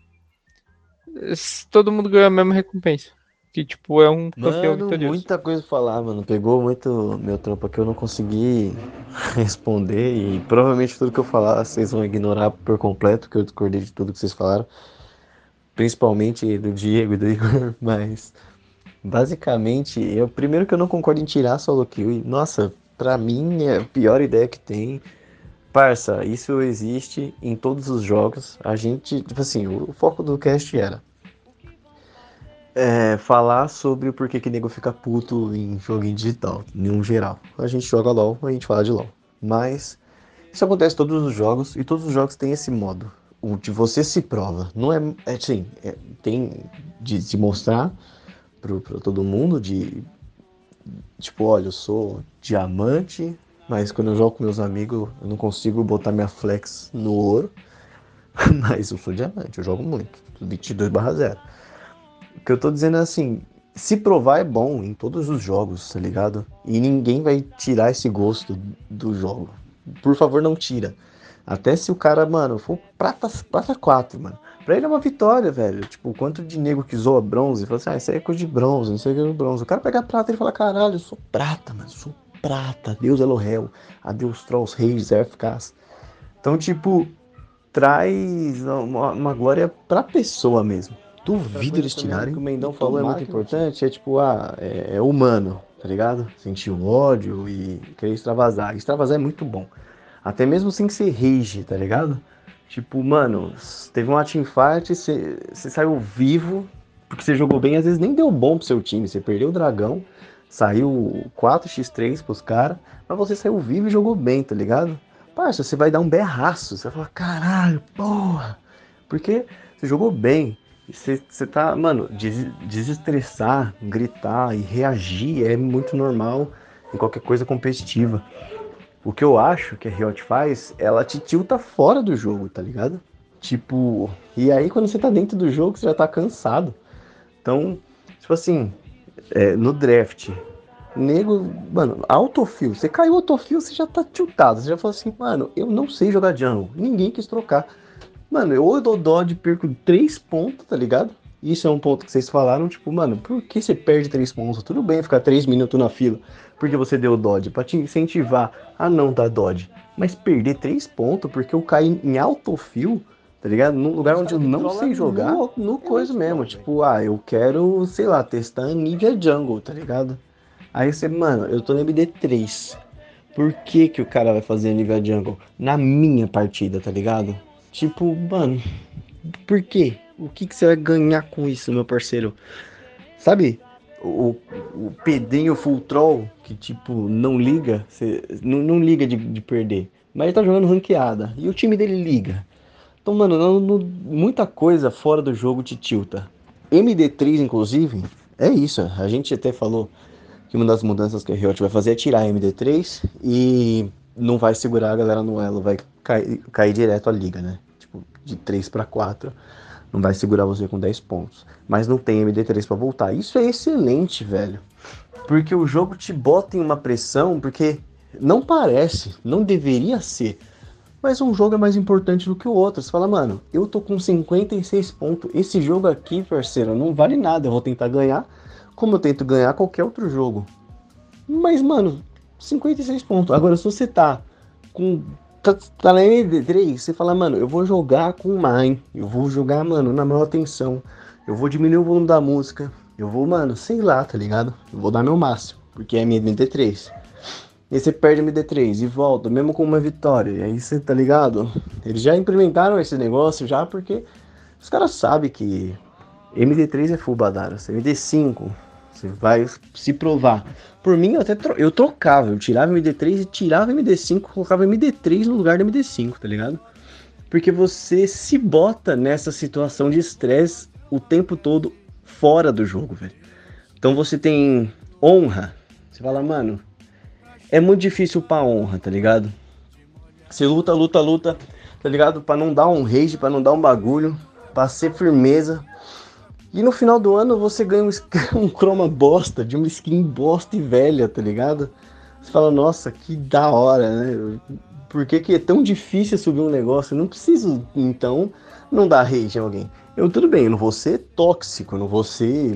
Speaker 2: todo mundo ganha a mesma recompensa. Que, tipo, é um campeão
Speaker 4: Mano,
Speaker 2: vitorioso.
Speaker 4: muita coisa pra falar, mano. Pegou muito meu trampo aqui, eu não consegui responder. E provavelmente tudo que eu falar vocês vão ignorar por completo, que eu discordei de tudo que vocês falaram. Principalmente do Diego e do Igor, mas basicamente, primeiro que eu não concordo em tirar solo kill. E, nossa, pra mim é a pior ideia que tem. Parça, isso existe em todos os jogos. A gente, tipo assim, o foco do cast era falar sobre o porquê que nego fica puto em joguinho digital, em um geral. A gente joga LOL, a gente fala de LOL. Mas isso acontece em todos os jogos e todos os jogos têm esse modo. O de você se prova. Não assim, tem de mostrar pra todo mundo de tipo, olha, eu sou diamante, mas quando eu jogo com meus amigos eu não consigo botar minha flex no ouro. Mas eu sou diamante, eu jogo muito. 22/0. O que eu tô dizendo é assim, se provar é bom em todos os jogos, tá ligado? E ninguém vai tirar esse gosto do jogo. Por favor, não tira. Até se o cara, mano, for prata 4, mano. Pra ele é uma vitória, velho. Tipo, quanto de nego que zoa bronze, fala assim, isso aí é coisa de bronze, não sei o que é bronze. O cara pega prata e fala, caralho, eu sou prata, mano, sou prata. Deus Elohel, adeus trolls, reis, FKs. Então, tipo, traz uma glória pra pessoa mesmo. Duvido eles tirarem. O que o Mendão falou é muito importante, é tipo, é humano, tá ligado? Sentir o ódio e querer extravasar. Extravasar é muito bom. Até mesmo sem ser rage, tá ligado? Tipo, mano, teve uma teamfight, você saiu vivo, porque você jogou bem, às vezes nem deu bom pro seu time, você perdeu o dragão, saiu 4x3 pros caras, mas você saiu vivo e jogou bem, tá ligado? Parça, você vai dar um berraço, você vai falar, caralho, porra, porque você jogou bem, você tá, mano, desestressar, gritar e reagir é muito normal em qualquer coisa competitiva. O que eu acho que a Riot faz, ela te tilta fora do jogo, tá ligado? Tipo, e aí quando você tá dentro do jogo, você já tá cansado. Então, tipo assim, no draft, nego, mano, autofill, você caiu autofill, você já tá tiltado. Você já falou assim, mano, eu não sei jogar jungle, ninguém quis trocar. Mano, eu dou dodge, perco 3 pontos, tá ligado? Isso é um ponto que vocês falaram, tipo, mano, por que você perde 3 pontos? Tudo bem ficar 3 minutos na fila, porque você deu dodge, pra te incentivar a não dar dodge. Mas perder 3 pontos porque eu caí em autofill, tá ligado? Num lugar onde eu não sei jogar, no coisa mesmo. Tipo, eu quero, sei lá, testar Nvidia Jungle, tá ligado? Aí você, mano, eu tô no MD3. Por que o cara vai fazer Nvidia Jungle na minha partida, tá ligado? Tipo, mano, Por quê? O que você vai ganhar com isso, meu parceiro? Sabe? O Pedrinho Full Troll, que tipo, não liga, não liga de perder. Mas ele tá jogando ranqueada. E o time dele liga. Então, mano, muita coisa fora do jogo te tilta. MD3, inclusive, é isso. A gente até falou que uma das mudanças que a Riot vai fazer é tirar a MD3 e não vai segurar a galera no elo, vai cair direto a liga, né? Tipo, de 3 para 4, não vai segurar você com 10 pontos. Mas não tem MD3 para voltar. Isso é excelente, velho. Porque o jogo te bota em uma pressão, porque não parece, não deveria ser. Mas um jogo é mais importante do que o outro. Você fala, mano, eu tô com 56 pontos. Esse jogo aqui, parceiro, não vale nada. Eu vou tentar ganhar como eu tento ganhar qualquer outro jogo. Mas, mano, 56 pontos. Agora, se você tá na MD3, você fala, mano, eu vou jogar com Mine. Eu vou jogar, mano, na maior tensão. Eu vou diminuir o volume da música. Eu vou, mano, sei lá, tá ligado? Eu vou dar meu máximo, porque é MD3. E aí você perde MD3 e volta, mesmo com uma vitória. E aí você, tá ligado? Eles já implementaram esse negócio já porque os caras sabem que MD3 é full Badaras. MD5, você vai se provar. Por mim, eu trocava. Eu tirava MD3 e tirava MD5, colocava MD3 no lugar da MD5, tá ligado? Porque você se bota nessa situação de estresse o tempo todo fora do jogo, velho. Então você tem honra. Você fala, mano, é muito difícil upar honra, tá ligado? Você luta, tá ligado? Pra não dar um rage, pra não dar um bagulho, pra ser firmeza. E no final do ano você ganha um chroma bosta, de uma skin bosta e velha, tá ligado? Você fala, nossa, que da hora, né? Por que é tão difícil subir um negócio? Eu não preciso, então, não dar rage em alguém. Tudo bem, eu não vou ser tóxico, não vou ser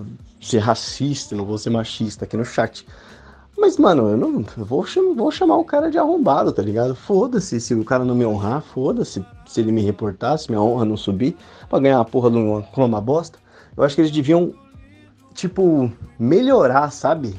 Speaker 4: racista, não vou ser machista aqui no chat. Mas, mano, eu vou chamar o cara de arrombado, tá ligado? Foda-se se o cara não me honrar, foda-se se ele me reportar, se minha honra não subir, pra ganhar a porra de uma bosta. Eu acho que eles deviam, tipo, melhorar, sabe?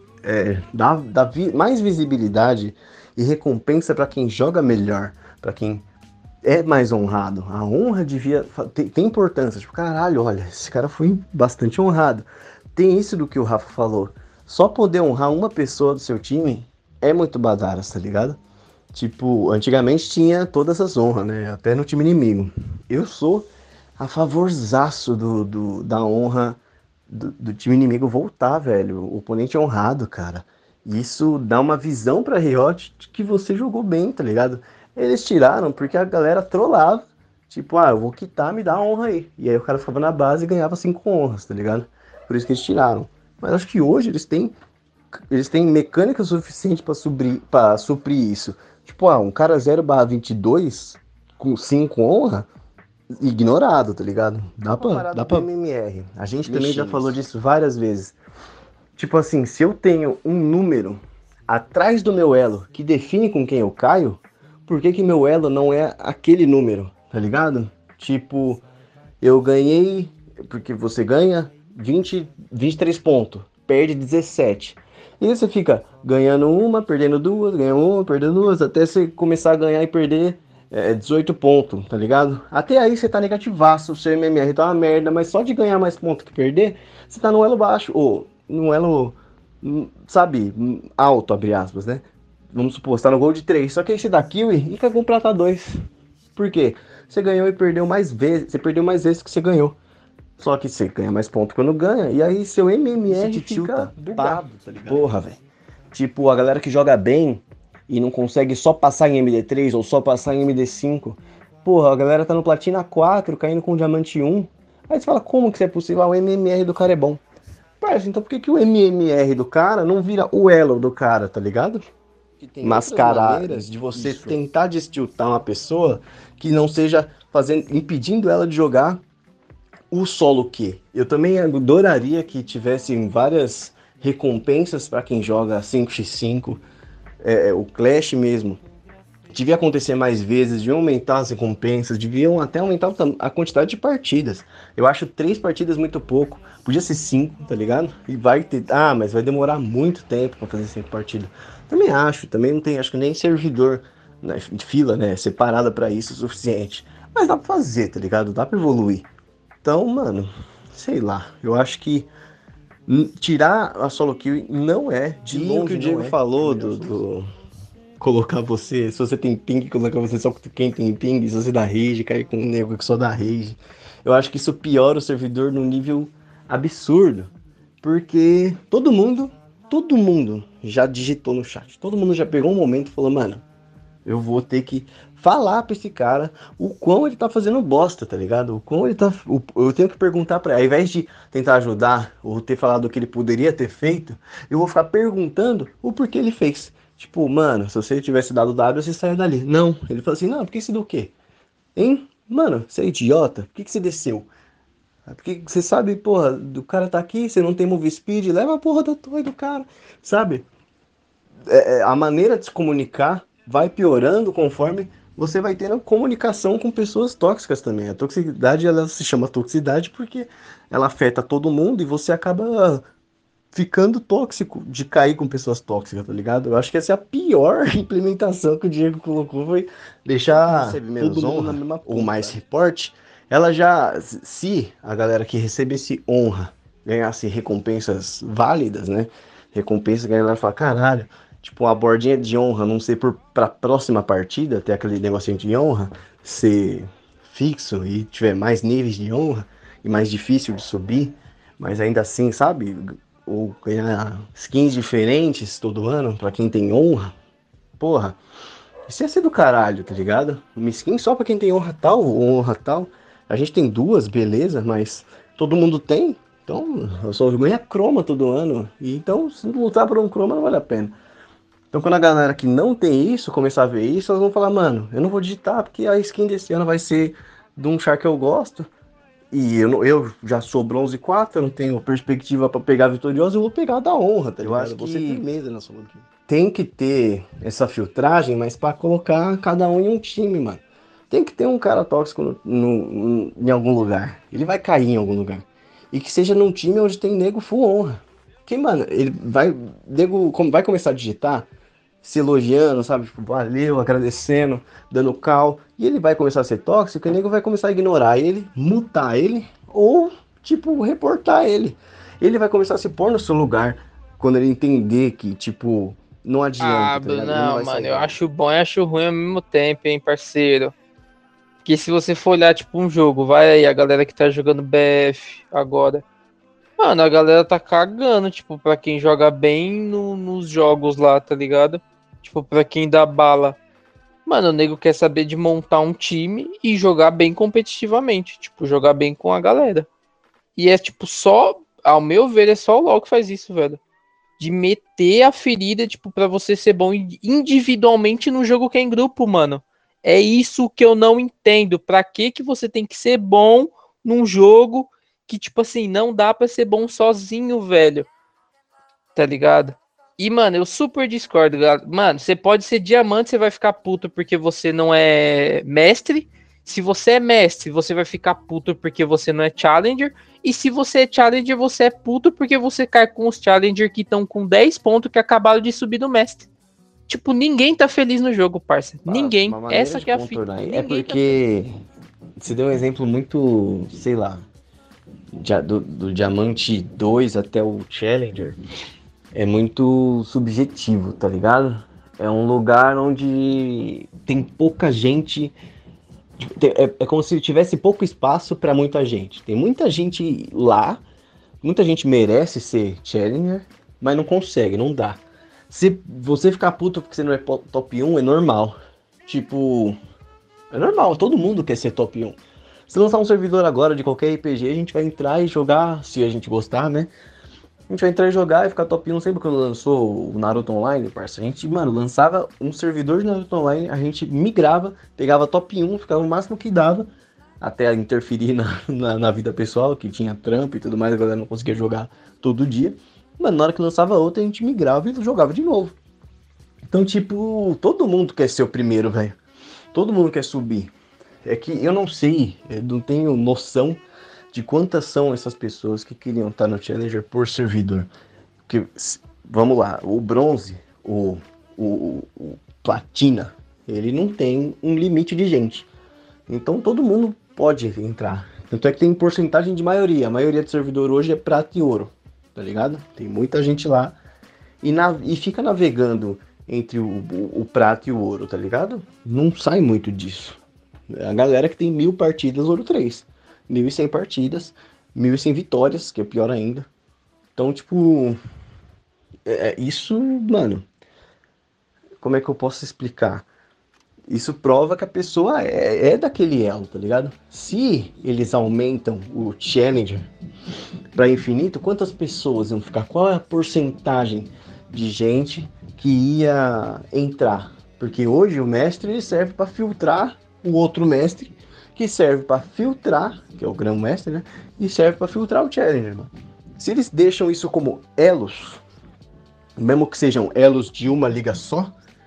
Speaker 4: Dar mais visibilidade e recompensa pra quem joga melhor, pra quem é mais honrado. A honra devia ter importância. Tipo, caralho, olha, esse cara foi bastante honrado. Tem isso do que o Rafa falou. Só poder honrar uma pessoa do seu time é muito badaras, tá ligado? Tipo, antigamente tinha todas as honras, né? Até no time inimigo. Eu sou a favorzaço da honra do time inimigo voltar, velho. O oponente é honrado, cara. Isso dá uma visão pra Riot de que você jogou bem, tá ligado? Eles tiraram porque a galera trollava. Tipo, eu vou quitar, me dá a honra aí. E aí o cara ficava na base e ganhava 5 honras, tá ligado? Por isso que eles tiraram. Mas acho que hoje eles têm mecânica suficiente pra suprir isso. Tipo, um cara 0/22 com 5 honra, ignorado, tá ligado? Dá pra MMR. A gente também já falou disso várias vezes. Tipo assim, se eu tenho um número atrás do meu elo que define com quem eu caio, por que meu elo não é aquele número, tá ligado? Tipo, eu ganhei, porque você ganha 23 pontos, perde 17. E aí você fica ganhando uma, perdendo duas, ganhando uma, perdendo duas, até você começar a ganhar e perder 18 pontos, tá ligado? Até aí você tá negativaço, o seu MMR tá uma merda, mas só de ganhar mais pontos que perder, você tá no elo baixo, ou no elo, sabe, alto, abre aspas, né? Vamos supor, você tá no gol de 3, só que aí você dá kill e cagou prata 2. Por quê? Você ganhou e perdeu mais vezes, você perdeu mais vezes que você ganhou. Só que você ganha mais pontos quando ganha, e aí seu MMR fica bugado, tá ligado? Porra, velho. Tipo, a galera que joga bem e não consegue só passar em MD3 ou só passar em MD5. Porra, a galera tá no Platina 4, caindo com Diamante 1. Aí você fala, como que isso é possível? O MMR do cara é bom. Parça, então por que o MMR do cara não vira o elo do cara, tá ligado? Mascarar de você tentar destiltar uma pessoa que não seja impedindo ela de jogar o solo Q. Eu também adoraria que tivessem várias recompensas para quem joga 5x5, o Clash mesmo. Devia acontecer mais vezes, deviam aumentar as recompensas, deviam até aumentar a quantidade de partidas. Eu acho 3 partidas muito pouco, podia ser 5, tá ligado? E vai ter, mas vai demorar muito tempo para fazer 5 partidas. Também acho, também não tem, acho que nem servidor de fila, né, separada para isso o suficiente. Mas dá pra fazer, tá ligado? Dá pra evoluir. Então, mano, sei lá. Eu acho que tirar a solo kill não é, de longe, o que o Diego falou do colocar você, se você tem ping, colocar você só com quem tem ping, se você dá rage, cair com um nego que só dá rage. Eu acho que isso piora o servidor num nível absurdo. Porque todo mundo já digitou no chat. Todo mundo já pegou um momento e falou, mano, eu vou ter que falar pra esse cara o quão ele tá fazendo bosta, tá ligado? O quão ele tá. Eu tenho que perguntar pra ele. Ao invés de tentar ajudar ou ter falado o que ele poderia ter feito, eu vou ficar perguntando o porquê ele fez. Tipo, mano, se você tivesse dado W, você saiu dali. Não. Ele falou assim, não, por que você deu o quê? Hein? Mano, você é idiota? Por que você desceu? Porque você sabe, porra, do cara tá aqui, você não tem move speed, leva a porra da torre do cara, sabe? A maneira de se comunicar vai piorando conforme você vai tendo comunicação com pessoas tóxicas também. A toxicidade, ela se chama toxicidade porque ela afeta todo mundo e você acaba ficando tóxico de cair com pessoas tóxicas, tá ligado? Eu acho que essa é a pior implementação que o Diego colocou, foi deixar todo mundo na mesma ponta. Ou mais report, ela já, se a galera que recebesse honra ganhasse recompensas válidas, né? Recompensa que a galera fala, caralho, tipo, a bordinha de honra, não sei, pra próxima partida, ter aquele negocinho de honra, ser fixo e tiver mais níveis de honra e mais difícil de subir, mas ainda assim, sabe? Ou ganhar skins diferentes todo ano, pra quem tem honra, porra, isso ia ser do caralho, tá ligado? Uma skin só pra quem tem honra tal, ou honra tal. A gente tem duas, beleza, mas todo mundo tem, então eu só ganho croma todo ano, e então se lutar por um croma não vale a pena. Então quando a galera que não tem isso começar a ver isso, elas vão falar, mano, eu não vou digitar porque a skin desse ano vai ser de um char que eu gosto, e eu já sou bronze 4, eu não tenho perspectiva pra pegar a vitoriosa, eu vou pegar a da honra, tá ligado? Eu acho que você firmeza na sua luta. Tem que ter essa filtragem, mas pra colocar cada um em um time, mano. Tem que ter um cara tóxico em algum lugar. Ele vai cair em algum lugar. E que seja num time onde tem nego full honra. Porque, mano, ele vai. Nego vai começar a digitar se elogiando, sabe? Tipo, valeu, agradecendo, dando cal. E ele vai começar a ser tóxico e o nego vai começar a ignorar ele, mutar ele ou, tipo, reportar ele. Ele vai começar a se pôr no seu lugar quando ele entender que, tipo, não adianta. Tá ligado?
Speaker 2: Não, mano, eu acho bom e acho ruim ao mesmo tempo, hein, parceiro. Porque se você for olhar, tipo, um jogo, vai aí, a galera que tá jogando BF agora. Mano, a galera tá cagando, tipo, pra quem joga bem nos jogos lá, tá ligado? Tipo, pra quem dá bala. Mano, o nego quer saber de montar um time e jogar bem competitivamente. Tipo, jogar bem com a galera. E é, tipo, só... Ao meu ver, é só o LoL que faz isso, velho. De meter a ferida, tipo, pra você ser bom individualmente no jogo que é em grupo, mano. É isso que eu não entendo. Pra que você tem que ser bom num jogo que, tipo assim, não dá pra ser bom sozinho, velho. Tá ligado? E, mano, eu super discordo, galera. Mano, você pode ser diamante, você vai ficar puto porque você não é mestre. Se você é mestre, você vai ficar puto porque você não é challenger. E se você é challenger, você é puto porque você cai com os challenger que estão com 10 pontos que acabaram de subir do mestre. Tipo, ninguém tá feliz no jogo, parça. Ninguém. Essa que é a fita.
Speaker 4: É porque você deu um exemplo muito, sei lá, do Diamante 2 até o Challenger. É muito subjetivo, tá ligado? É um lugar onde tem pouca gente. É como se tivesse pouco espaço pra muita gente. Tem muita gente lá, muita gente merece ser Challenger, mas não consegue, não dá. Se você ficar puto porque você não é top 1, é normal. Tipo, é normal, todo mundo quer ser top 1. Se lançar um servidor agora de qualquer RPG, a gente vai entrar e jogar, se a gente gostar, né? A gente vai entrar e jogar e ficar top 1. Sempre quando lançou o Naruto Online, parça, a gente, mano, lançava um servidor de Naruto Online, a gente migrava, pegava top 1, ficava o máximo que dava, até interferir na vida pessoal, que tinha trampo e tudo mais, a galera não conseguia jogar todo dia. Mano, na hora que lançava outra, a gente migrava e jogava de novo. Então, tipo, todo mundo quer ser o primeiro, velho. Todo mundo quer subir. É que eu não sei, eu não tenho noção de quantas são essas pessoas que queriam estar no Challenger por servidor. Porque, vamos lá, o bronze, o platina, ele não tem um limite de gente. Então todo mundo pode entrar. Tanto é que tem porcentagem de maioria. A maioria do servidor hoje é prata e ouro, tá ligado? Tem muita gente lá e fica navegando entre o prata e o ouro, tá ligado? Não sai muito disso. A galera que tem 1000 partidas, ouro 3. 1.100 partidas, 1.100 vitórias, que é pior ainda. Então, tipo, isso, mano, como é que eu posso explicar? Isso prova que a pessoa é daquele elo, tá ligado? Se eles aumentam o Challenger para infinito, quantas pessoas iam ficar? Qual é a porcentagem de gente que ia entrar? Porque hoje o mestre ele serve para filtrar o outro mestre, que serve para filtrar, que é o grão-mestre, né? E serve para filtrar o Challenger, mano. Se eles deixam isso como elos, mesmo que sejam elos de uma liga só,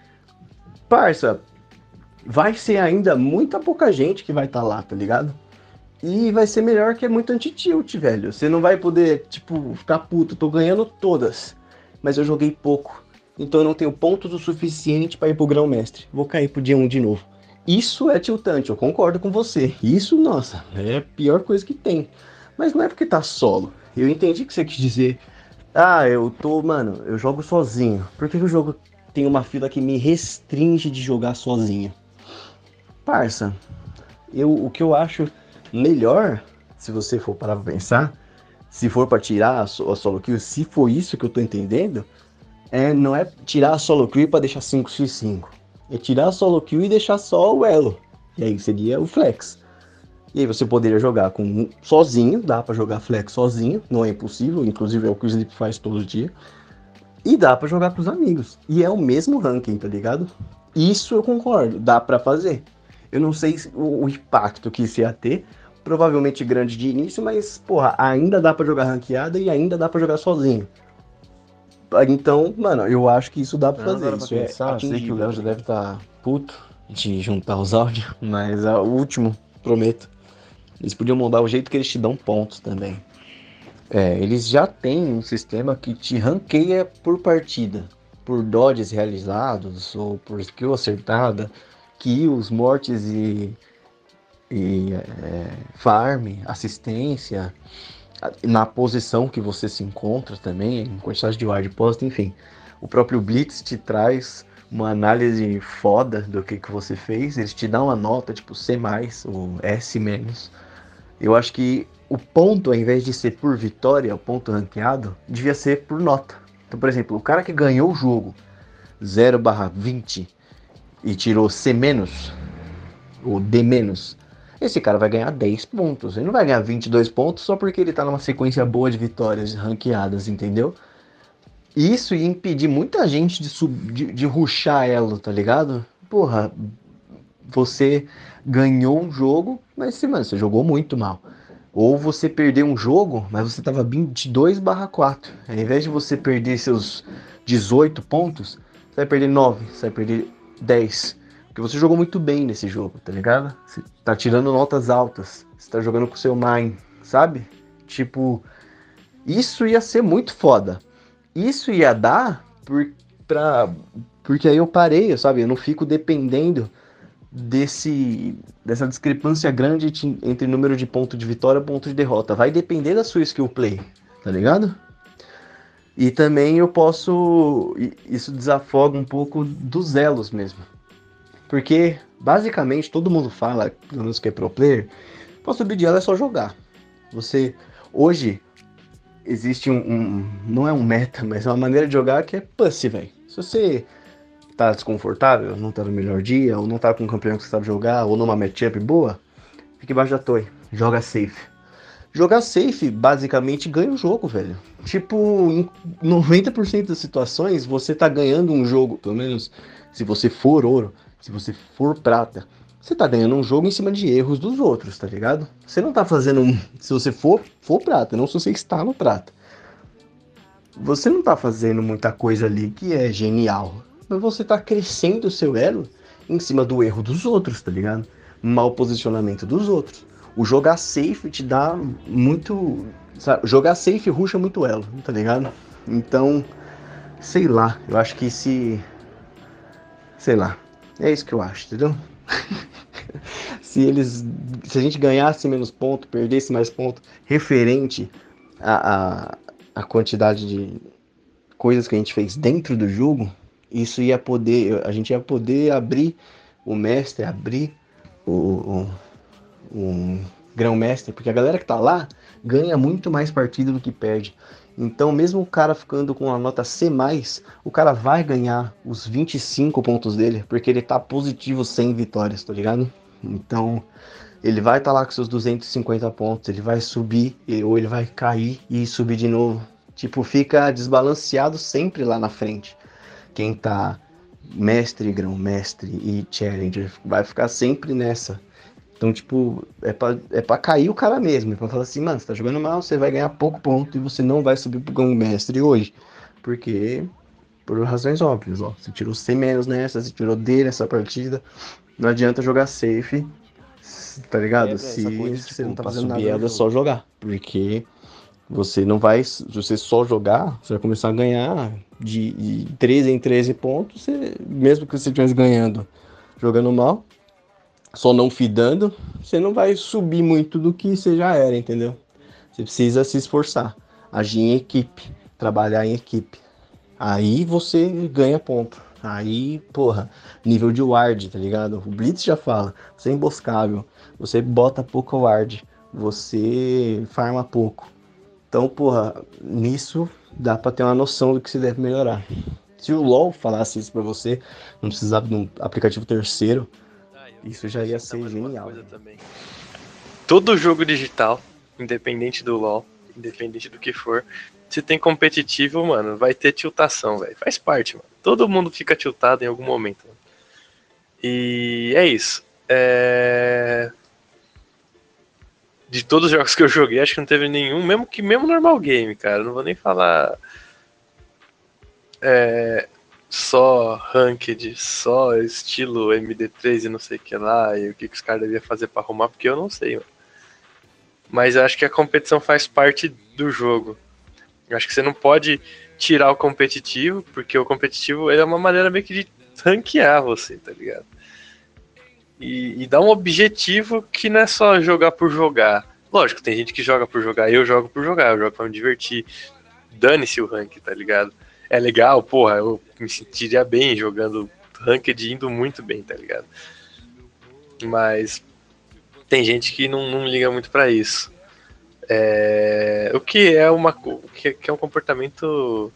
Speaker 4: parça, vai ser ainda muita pouca gente que vai estar lá, tá ligado? E vai ser melhor que é muito anti-tilt, velho. Você não vai poder, tipo, ficar puto, tô ganhando todas, mas eu joguei pouco. Então eu não tenho pontos o suficiente para ir pro grão-mestre. Vou cair pro dia 1 de novo. Isso é tiltante, eu concordo com você. Isso, nossa, é a pior coisa que tem. Mas não é porque tá solo. Eu entendi o que você quis dizer. Mano, eu jogo sozinho. Por que o jogo tem uma fila que me restringe de jogar sozinho? Parça, o que eu acho melhor, se você for parar pra pensar, se for pra tirar a solo kill, se for isso que eu tô entendendo, não é tirar a solo kill pra deixar 5x5. É tirar a solo kill e deixar só o elo. E aí seria o flex. E aí você poderia jogar sozinho, dá pra jogar flex sozinho, não é impossível, inclusive é o que o Sleep faz todo dia. E dá pra jogar com os amigos. E é o mesmo ranking, tá ligado? Isso eu concordo, dá pra fazer. Eu não sei o impacto que isso ia ter, provavelmente grande de início, mas, porra, ainda dá pra jogar ranqueada e ainda dá pra jogar sozinho. Então, mano, eu acho que isso dá pra fazer. Isso é atingível. Sei que o Léo já deve estar puto de juntar os áudios, mas o último, prometo. Eles podiam mudar o jeito que eles te dão pontos também. Eles já têm um sistema que te ranqueia por partida, por dodges realizados ou por skill acertada, kills, mortes e farm, assistência, na posição que você se encontra também, em quantidade de ward post, enfim. O próprio Blitz te traz uma análise foda do que você fez, eles te dão uma nota tipo C+, ou S-. Eu acho que o ponto, ao invés de ser por vitória, o ponto ranqueado, devia ser por nota. Então, por exemplo, o cara que ganhou o jogo 0/20 e tirou C-, ou D-, esse cara vai ganhar 10 pontos. Ele não vai ganhar 22 pontos só porque ele tá numa sequência boa de vitórias ranqueadas, entendeu? Isso ia impedir muita gente de rushar elo, tá ligado? Porra, você ganhou um jogo, mas mano, você jogou muito mal. Ou você perdeu um jogo, mas você tava 22/4. Ao invés de você perder seus 18 pontos, você vai perder 9, você vai perder 10. Porque você jogou muito bem nesse jogo, tá ligado? Você tá tirando notas altas, você tá jogando com o seu mind, sabe? Tipo, isso ia ser muito foda. Isso ia dar porque aí eu parei, sabe? Eu não fico dependendo dessa discrepância grande entre número de ponto de vitória e ponto de derrota. Vai depender da sua skill play, tá ligado? E também isso desafoga um pouco dos elos mesmo. Porque, basicamente, todo mundo fala, pelo menos que é pro player, pra subir de elo é só jogar. Hoje, existe não é um meta, mas é uma maneira de jogar que é pussy, velho. Se você tá desconfortável, não tá no melhor dia, ou não tá com um campeão que você sabe jogar, ou numa matchup boa, fica embaixo da torre, joga safe. Jogar safe, basicamente, ganha o jogo, velho. Tipo, em 90% das situações, você tá ganhando um jogo, pelo menos se você for ouro, se você for prata, você tá ganhando um jogo em cima de erros dos outros, tá ligado? Você não tá fazendo se você for prata, não se você está no prata. Você não tá fazendo muita coisa ali que é genial, mas você tá crescendo o seu elo em cima do erro dos outros, tá ligado? Mau posicionamento dos outros. O jogar safe te dá muito... Sabe? Jogar safe rusha muito elo, tá ligado? Então, sei lá, eu acho que sei lá, é isso que eu acho, entendeu? Se a gente ganhasse menos ponto, perdesse mais ponto, referente à quantidade de coisas que a gente fez dentro do jogo, a gente ia poder abrir o mestre, abrir o grão-mestre, porque a galera que tá lá ganha muito mais partida do que perde. Então, mesmo o cara ficando com a nota C+, o cara vai ganhar os 25 pontos dele, porque ele tá positivo 100 vitórias, tá ligado? Então, ele vai estar lá com seus 250 pontos, ele vai subir, ou ele vai cair e subir de novo. Tipo, fica desbalanceado sempre lá na frente. Quem tá mestre, grão-mestre e challenger vai ficar sempre nessa. Então, tipo, é pra cair o cara mesmo. É pra falar assim, mano, você tá jogando mal, você vai ganhar pouco ponto e você não vai subir pro grão-mestre hoje. Porque, por razões óbvias, ó. Você tirou C- nessa, você tirou D nessa partida. Não adianta jogar safe, tá ligado? Se você não tá fazendo nada, é só jogar. Porque você não vai, se você só jogar, você vai começar a ganhar de 13 em 13 pontos, mesmo que você estivesse ganhando jogando mal, só não fidando, você não vai subir muito do que você já era, entendeu? Você precisa se esforçar, agir em equipe, trabalhar em equipe. Aí você ganha ponto. Aí, porra, nível de ward, tá ligado? O Blitz já fala, você é emboscável, você bota pouco ward, você farma pouco. Então, porra, nisso dá pra ter uma noção do que se deve melhorar. Se o LoL falasse isso pra você, não precisava de um aplicativo terceiro, isso já ia ser genial.
Speaker 7: Todo jogo digital, independente do LoL, independente do que for, se tem competitivo, mano, vai ter tiltação, velho. Faz parte, mano. Todo mundo fica tiltado em algum momento. Mano. E é isso. De todos os jogos que eu joguei, acho que não teve nenhum, mesmo normal game, cara. Não vou nem falar só ranked, só estilo MD3 e não sei o que lá, e o que os caras deviam fazer pra arrumar, porque eu não sei, mano. Mas eu acho que a competição faz parte do jogo. Eu acho que você não pode tirar o competitivo, porque o competitivo ele é uma maneira meio que de ranquear você, tá ligado? E dar um objetivo que não é só jogar por jogar. Lógico, tem gente que joga por jogar, eu jogo por jogar, eu jogo pra me divertir. Dane-se o rank, tá ligado? É legal, porra, eu me sentiria bem jogando ranked indo muito bem, tá ligado? Mas tem gente que não liga muito pra isso. O que é que é um comportamento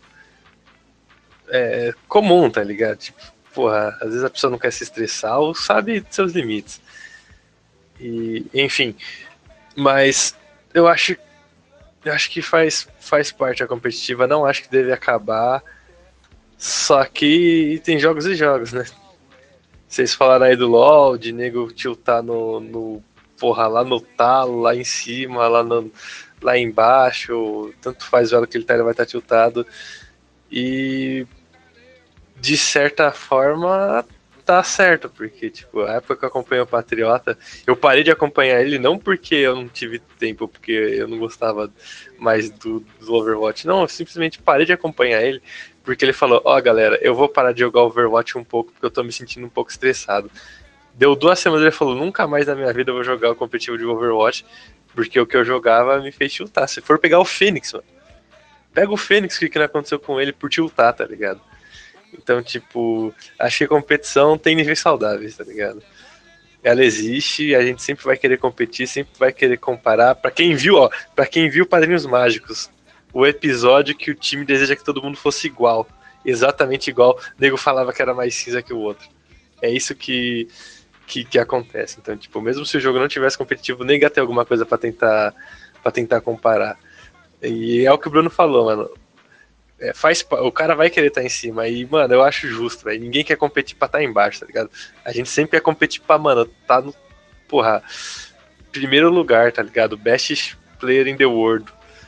Speaker 7: comum, tá ligado? Tipo, porra, às vezes a pessoa não quer se estressar ou sabe seus limites. E, enfim, mas eu acho que faz parte da competitiva, não acho que deve acabar. Só que tem jogos e jogos, né? Vocês falaram aí do LoL, de nego tiltar porra, lá no talo, lá em cima, lá embaixo, tanto faz o elo que ele tá, ele vai estar tiltado. E de certa forma tá certo, porque tipo, a época que eu acompanhei o Patriota, eu parei de acompanhar ele não porque eu não tive tempo, porque eu não gostava mais do Overwatch, não, eu simplesmente parei de acompanhar ele porque ele falou, galera, eu vou parar de jogar Overwatch um pouco porque eu tô me sentindo um pouco estressado. Deu 2 semanas, ele falou, nunca mais na minha vida eu vou jogar o competitivo de Overwatch, porque o que eu jogava me fez tiltar. Se for pegar o Fênix, mano, pega o Fênix, o que não aconteceu com ele por tiltar, tá ligado? Então, tipo, acho que a competição tem níveis saudáveis, tá ligado? Ela existe, a gente sempre vai querer competir, sempre vai querer comparar. Pra quem viu Padrinhos Mágicos, o episódio que o time deseja que todo mundo fosse igual, exatamente igual, o nego falava que era mais cinza que o outro. É isso que acontece. Então, tipo, mesmo se o jogo não tivesse competitivo, nem ia ter alguma coisa pra tentar comparar. E é o que o Bruno falou, mano. O cara vai querer estar em cima. E, mano, eu acho justo, velho. Ninguém quer competir pra estar embaixo, tá ligado? A gente sempre quer competir pra, mano, tá no, porra, primeiro lugar, tá ligado? Best player in the world.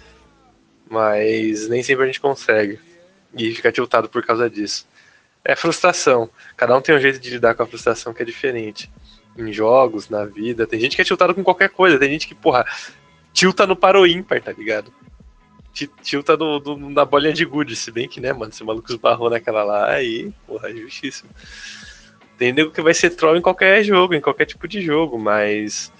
Speaker 7: Mas nem sempre a gente consegue. E fica tiltado por causa disso. É frustração. Cada um tem um jeito de lidar com a frustração que é diferente. Em jogos, na vida. Tem gente que é tiltado com qualquer coisa. Tem gente que, porra, tilta no paro ímpar, tá ligado? Tilta na bolinha de gude. Se bem que, né, mano, se o maluco esbarrou naquela lá, aí, porra, é justíssimo.
Speaker 8: Tem nego que vai ser troll em qualquer jogo, em qualquer tipo de jogo, mas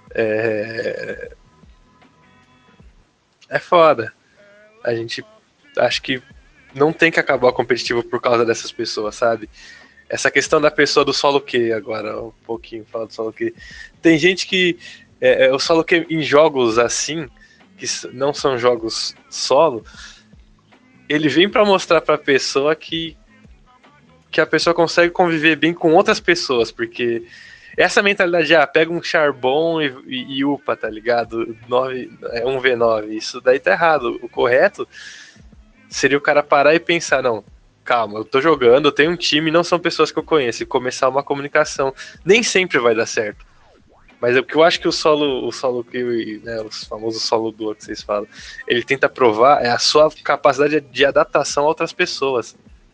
Speaker 8: é foda. A gente acho que não tem que acabar o competitivo por causa dessas pessoas, sabe? Essa questão da pessoa do solo Q, agora um pouquinho falar do solo Q. Tem gente que o solo Q em jogos assim, que não são jogos solo, ele vem pra mostrar pra pessoa que a pessoa consegue conviver bem com outras pessoas, porque essa mentalidade, pega um charbon e upa, tá ligado? 1v9, isso daí tá errado. O correto seria o cara parar e pensar, não, calma, eu tô jogando, eu tenho um time, não são pessoas que eu conheço, e começar uma comunicação. Nem sempre vai dar certo. Mas o que eu acho que o solo que, né, os famosos solo duo que vocês falam, ele tenta provar é a sua capacidade de adaptação a outras pessoas.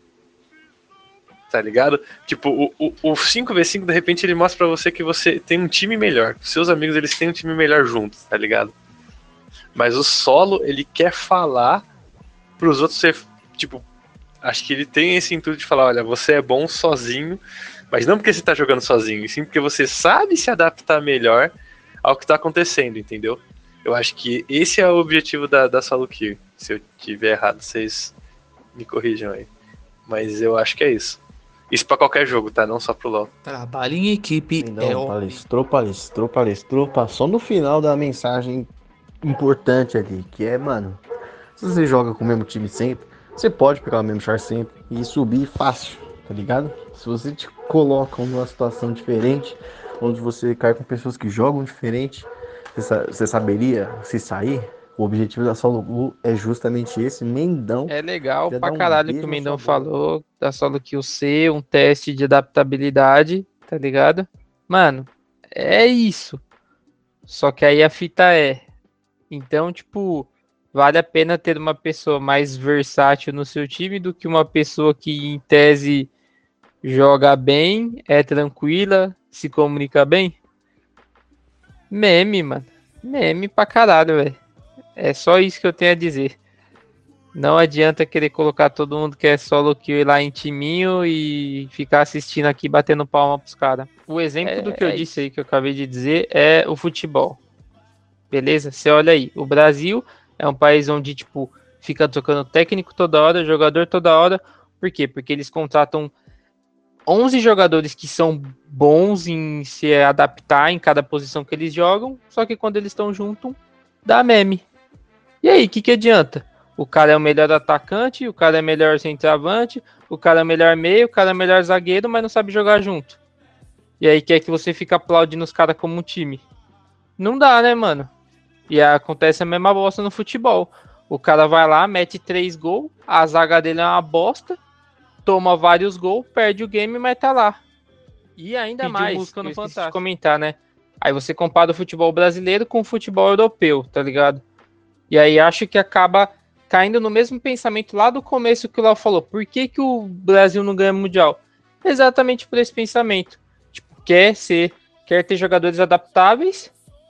Speaker 8: Tá ligado? Tipo, o 5v5, de repente, ele mostra pra você que você tem um time melhor. Seus amigos, eles têm um time melhor juntos, tá ligado? Mas o solo, ele quer falar pros outros ser, tipo, acho que ele tem esse intuito de falar, olha, você é bom sozinho, mas não porque você tá jogando sozinho, e sim porque você sabe se adaptar melhor ao que tá acontecendo, entendeu? Eu acho que esse é o objetivo da solo queue. Se eu tiver errado, vocês me corrijam aí. Mas eu acho que é isso. Isso pra qualquer jogo, tá? Não só pro LoL.
Speaker 5: Trabalho em equipe
Speaker 4: Palestrou, passou no final da mensagem importante ali, que é, mano, se você joga com o mesmo time sempre, você pode pegar o mesmo char sempre e subir fácil, tá ligado? Se você te coloca numa situação diferente, onde você cai com pessoas que jogam diferente, você saberia se sair? O objetivo da Solo Blue é justamente esse. Mendão.
Speaker 2: É legal pra caralho que o Mendão falou da Solo Kill ser um teste de adaptabilidade, tá ligado? Mano, é isso. Só que aí a fita então, tipo, vale a pena ter uma pessoa mais versátil no seu time do que uma pessoa que, em tese, joga bem, é tranquila, se comunica bem? Meme, mano. Meme pra caralho, velho. É só isso que eu tenho a dizer. Não adianta querer colocar todo mundo que é solo kill lá em timinho e ficar assistindo aqui batendo palma pros caras. O exemplo do que eu disse aí, que eu acabei de dizer, é o futebol. Beleza? Você olha aí. O Brasil é um país onde, tipo, fica trocando técnico toda hora, jogador toda hora. Por quê? Porque eles contratam 11 jogadores que são bons em se adaptar em cada posição que eles jogam, só que quando eles estão juntos, dá meme. E aí, o que adianta? O cara é o melhor atacante, o cara é melhor centroavante, o cara é melhor meio, o cara é melhor zagueiro, mas não sabe jogar junto. E aí quer que você fique aplaudindo os caras como um time. Não dá, né, mano? E acontece a mesma bosta no futebol. O cara vai lá, mete 3 gols, a zaga dele é uma bosta, toma vários gols, perde o game, mas tá lá. E ainda pediu mais, música no Fantástico. Comentar, né? Aí você compara o futebol brasileiro com o futebol europeu, tá ligado? E aí acho que acaba caindo no mesmo pensamento lá do começo que o Léo falou. Por que o Brasil não ganha mundial? Exatamente por esse pensamento. Tipo, quer ter jogadores adaptáveis,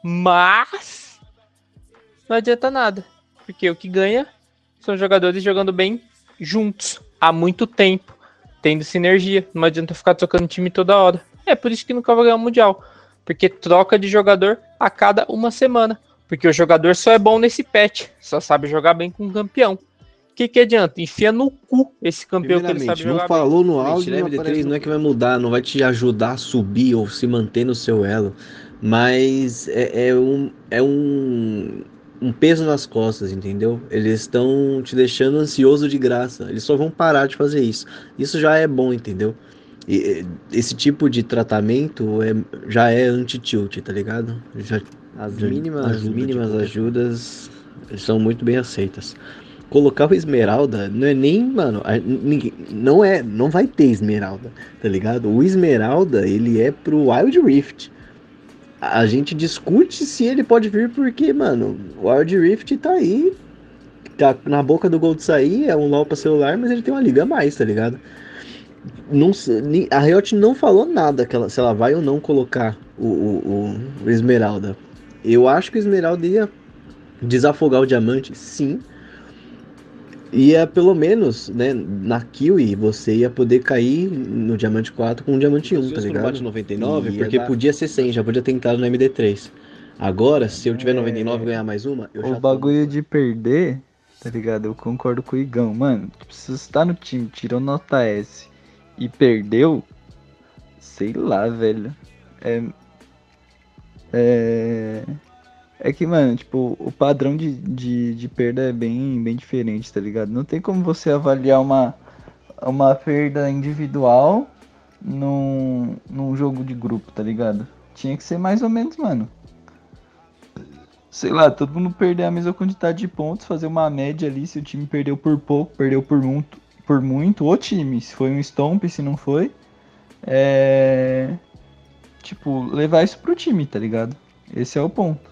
Speaker 2: mas não adianta nada. Porque o que ganha são jogadores jogando bem juntos, há muito tempo, tendo sinergia. Não adianta ficar trocando time toda hora. É por isso que nunca vai ganhar o mundial. Porque troca de jogador a cada uma semana. Porque o jogador só é bom nesse patch. Só sabe jogar bem com o campeão. O que adianta? Enfia no cu esse campeão que ele sabe jogar
Speaker 4: não falou
Speaker 2: bem.
Speaker 4: no áudio, não é que vai mudar, não vai te ajudar a subir ou se manter no seu elo. Mas é um peso nas costas, entendeu? Eles estão te deixando ansioso de graça. Eles só vão parar de fazer isso. Isso já é bom, entendeu? E esse tipo de tratamento já é anti-tilt, tá ligado? As mínimas ajudas são muito bem aceitas. Colocar o Esmeralda não é nem, mano, não vai ter Esmeralda, tá ligado? O Esmeralda, ele é pro Wild Rift. A gente discute se ele pode vir porque, mano, o Wild Rift tá aí, tá na boca do gol de sair, é um LoL pra celular, mas ele tem uma liga a mais, tá ligado? Não, a Riot não falou nada se ela vai ou não colocar o Esmeralda. Eu acho que o Esmeralda ia desafogar o Diamante, sim. ia pelo menos, né, na Kiwi, você ia poder cair no Diamante 4 com o Diamante 1, tá ligado? Bate 99, porque podia ser 100, já podia ter entrado no MD3. Agora, se eu tiver 99 e ganhar mais uma, eu já
Speaker 6: O bagulho de perder, tá ligado? Eu concordo com o Igão. Mano, tipo, se você tá no time, tirou nota S e perdeu, sei lá, velho. É que, mano, tipo, o padrão de perda é bem diferente, tá ligado? Não tem como você avaliar uma perda individual num jogo de grupo, tá ligado? Tinha que ser mais ou menos, mano. Sei lá, todo mundo perder a mesma quantidade de pontos, fazer uma média ali, se o time perdeu por pouco, perdeu por muito, o time, se foi um stomp, se não foi, tipo, levar isso pro time, tá ligado? Esse é o ponto.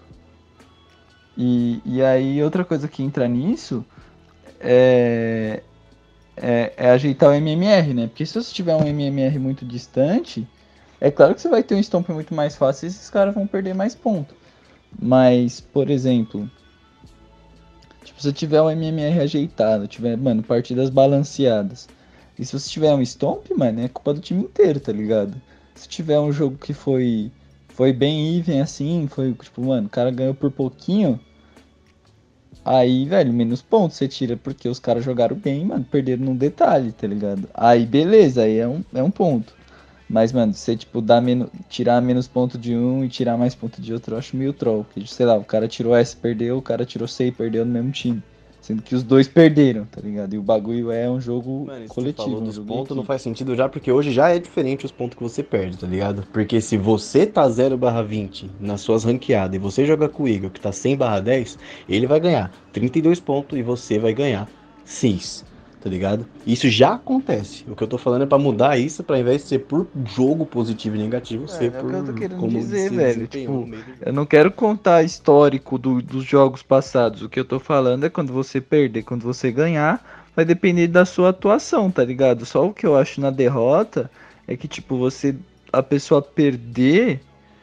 Speaker 6: E aí, outra coisa que entra nisso é ajeitar o MMR, né? Porque se você tiver um MMR muito distante, é claro que você vai ter um stomp muito mais fácil e esses caras vão perder mais pontos. Mas, por exemplo, tipo, se você tiver um MMR ajeitado, tiver, mano, partidas balanceadas, e se você tiver um stomp, mano, é culpa do time inteiro, tá ligado? Se tiver um jogo que foi bem even assim, foi, tipo, mano, o cara ganhou por pouquinho, aí, velho, menos pontos você tira, porque os caras jogaram bem, mano, perderam num detalhe, tá ligado? Aí, beleza, aí é um ponto. Mas, mano, você, tipo, tirar menos ponto de um e tirar mais ponto de outro, eu acho meio troll. Porque, sei lá, o cara tirou S, perdeu, o cara tirou C e perdeu no mesmo time. Sendo que os dois perderam, tá ligado? E o bagulho é um jogo coletivo.
Speaker 4: Falou
Speaker 6: um
Speaker 4: dos
Speaker 6: jogo
Speaker 4: pontos
Speaker 6: em
Speaker 4: não
Speaker 6: equipe.
Speaker 4: faz sentido já, porque hoje já é diferente os pontos que você perde, tá ligado? Porque se você tá 0/20 nas suas ranqueadas e você joga com o Igor, que tá 100/10, ele vai ganhar 32 pontos e você vai ganhar 6. Tá ligado? Isso já acontece. O que eu tô falando é pra mudar isso, pra invés de ser por jogo positivo e negativo, ser
Speaker 6: É
Speaker 4: por
Speaker 6: o que eu tô querendo
Speaker 4: como
Speaker 6: dizer,
Speaker 4: você
Speaker 6: velho.
Speaker 4: desempenhou no
Speaker 6: Tipo,
Speaker 4: meio do jogo.
Speaker 6: eu não quero contar histórico dos jogos passados. O que eu tô falando é quando você perder, quando você ganhar, vai depender da sua atuação, tá ligado? Só o que eu acho na derrota é que, tipo, a pessoa perder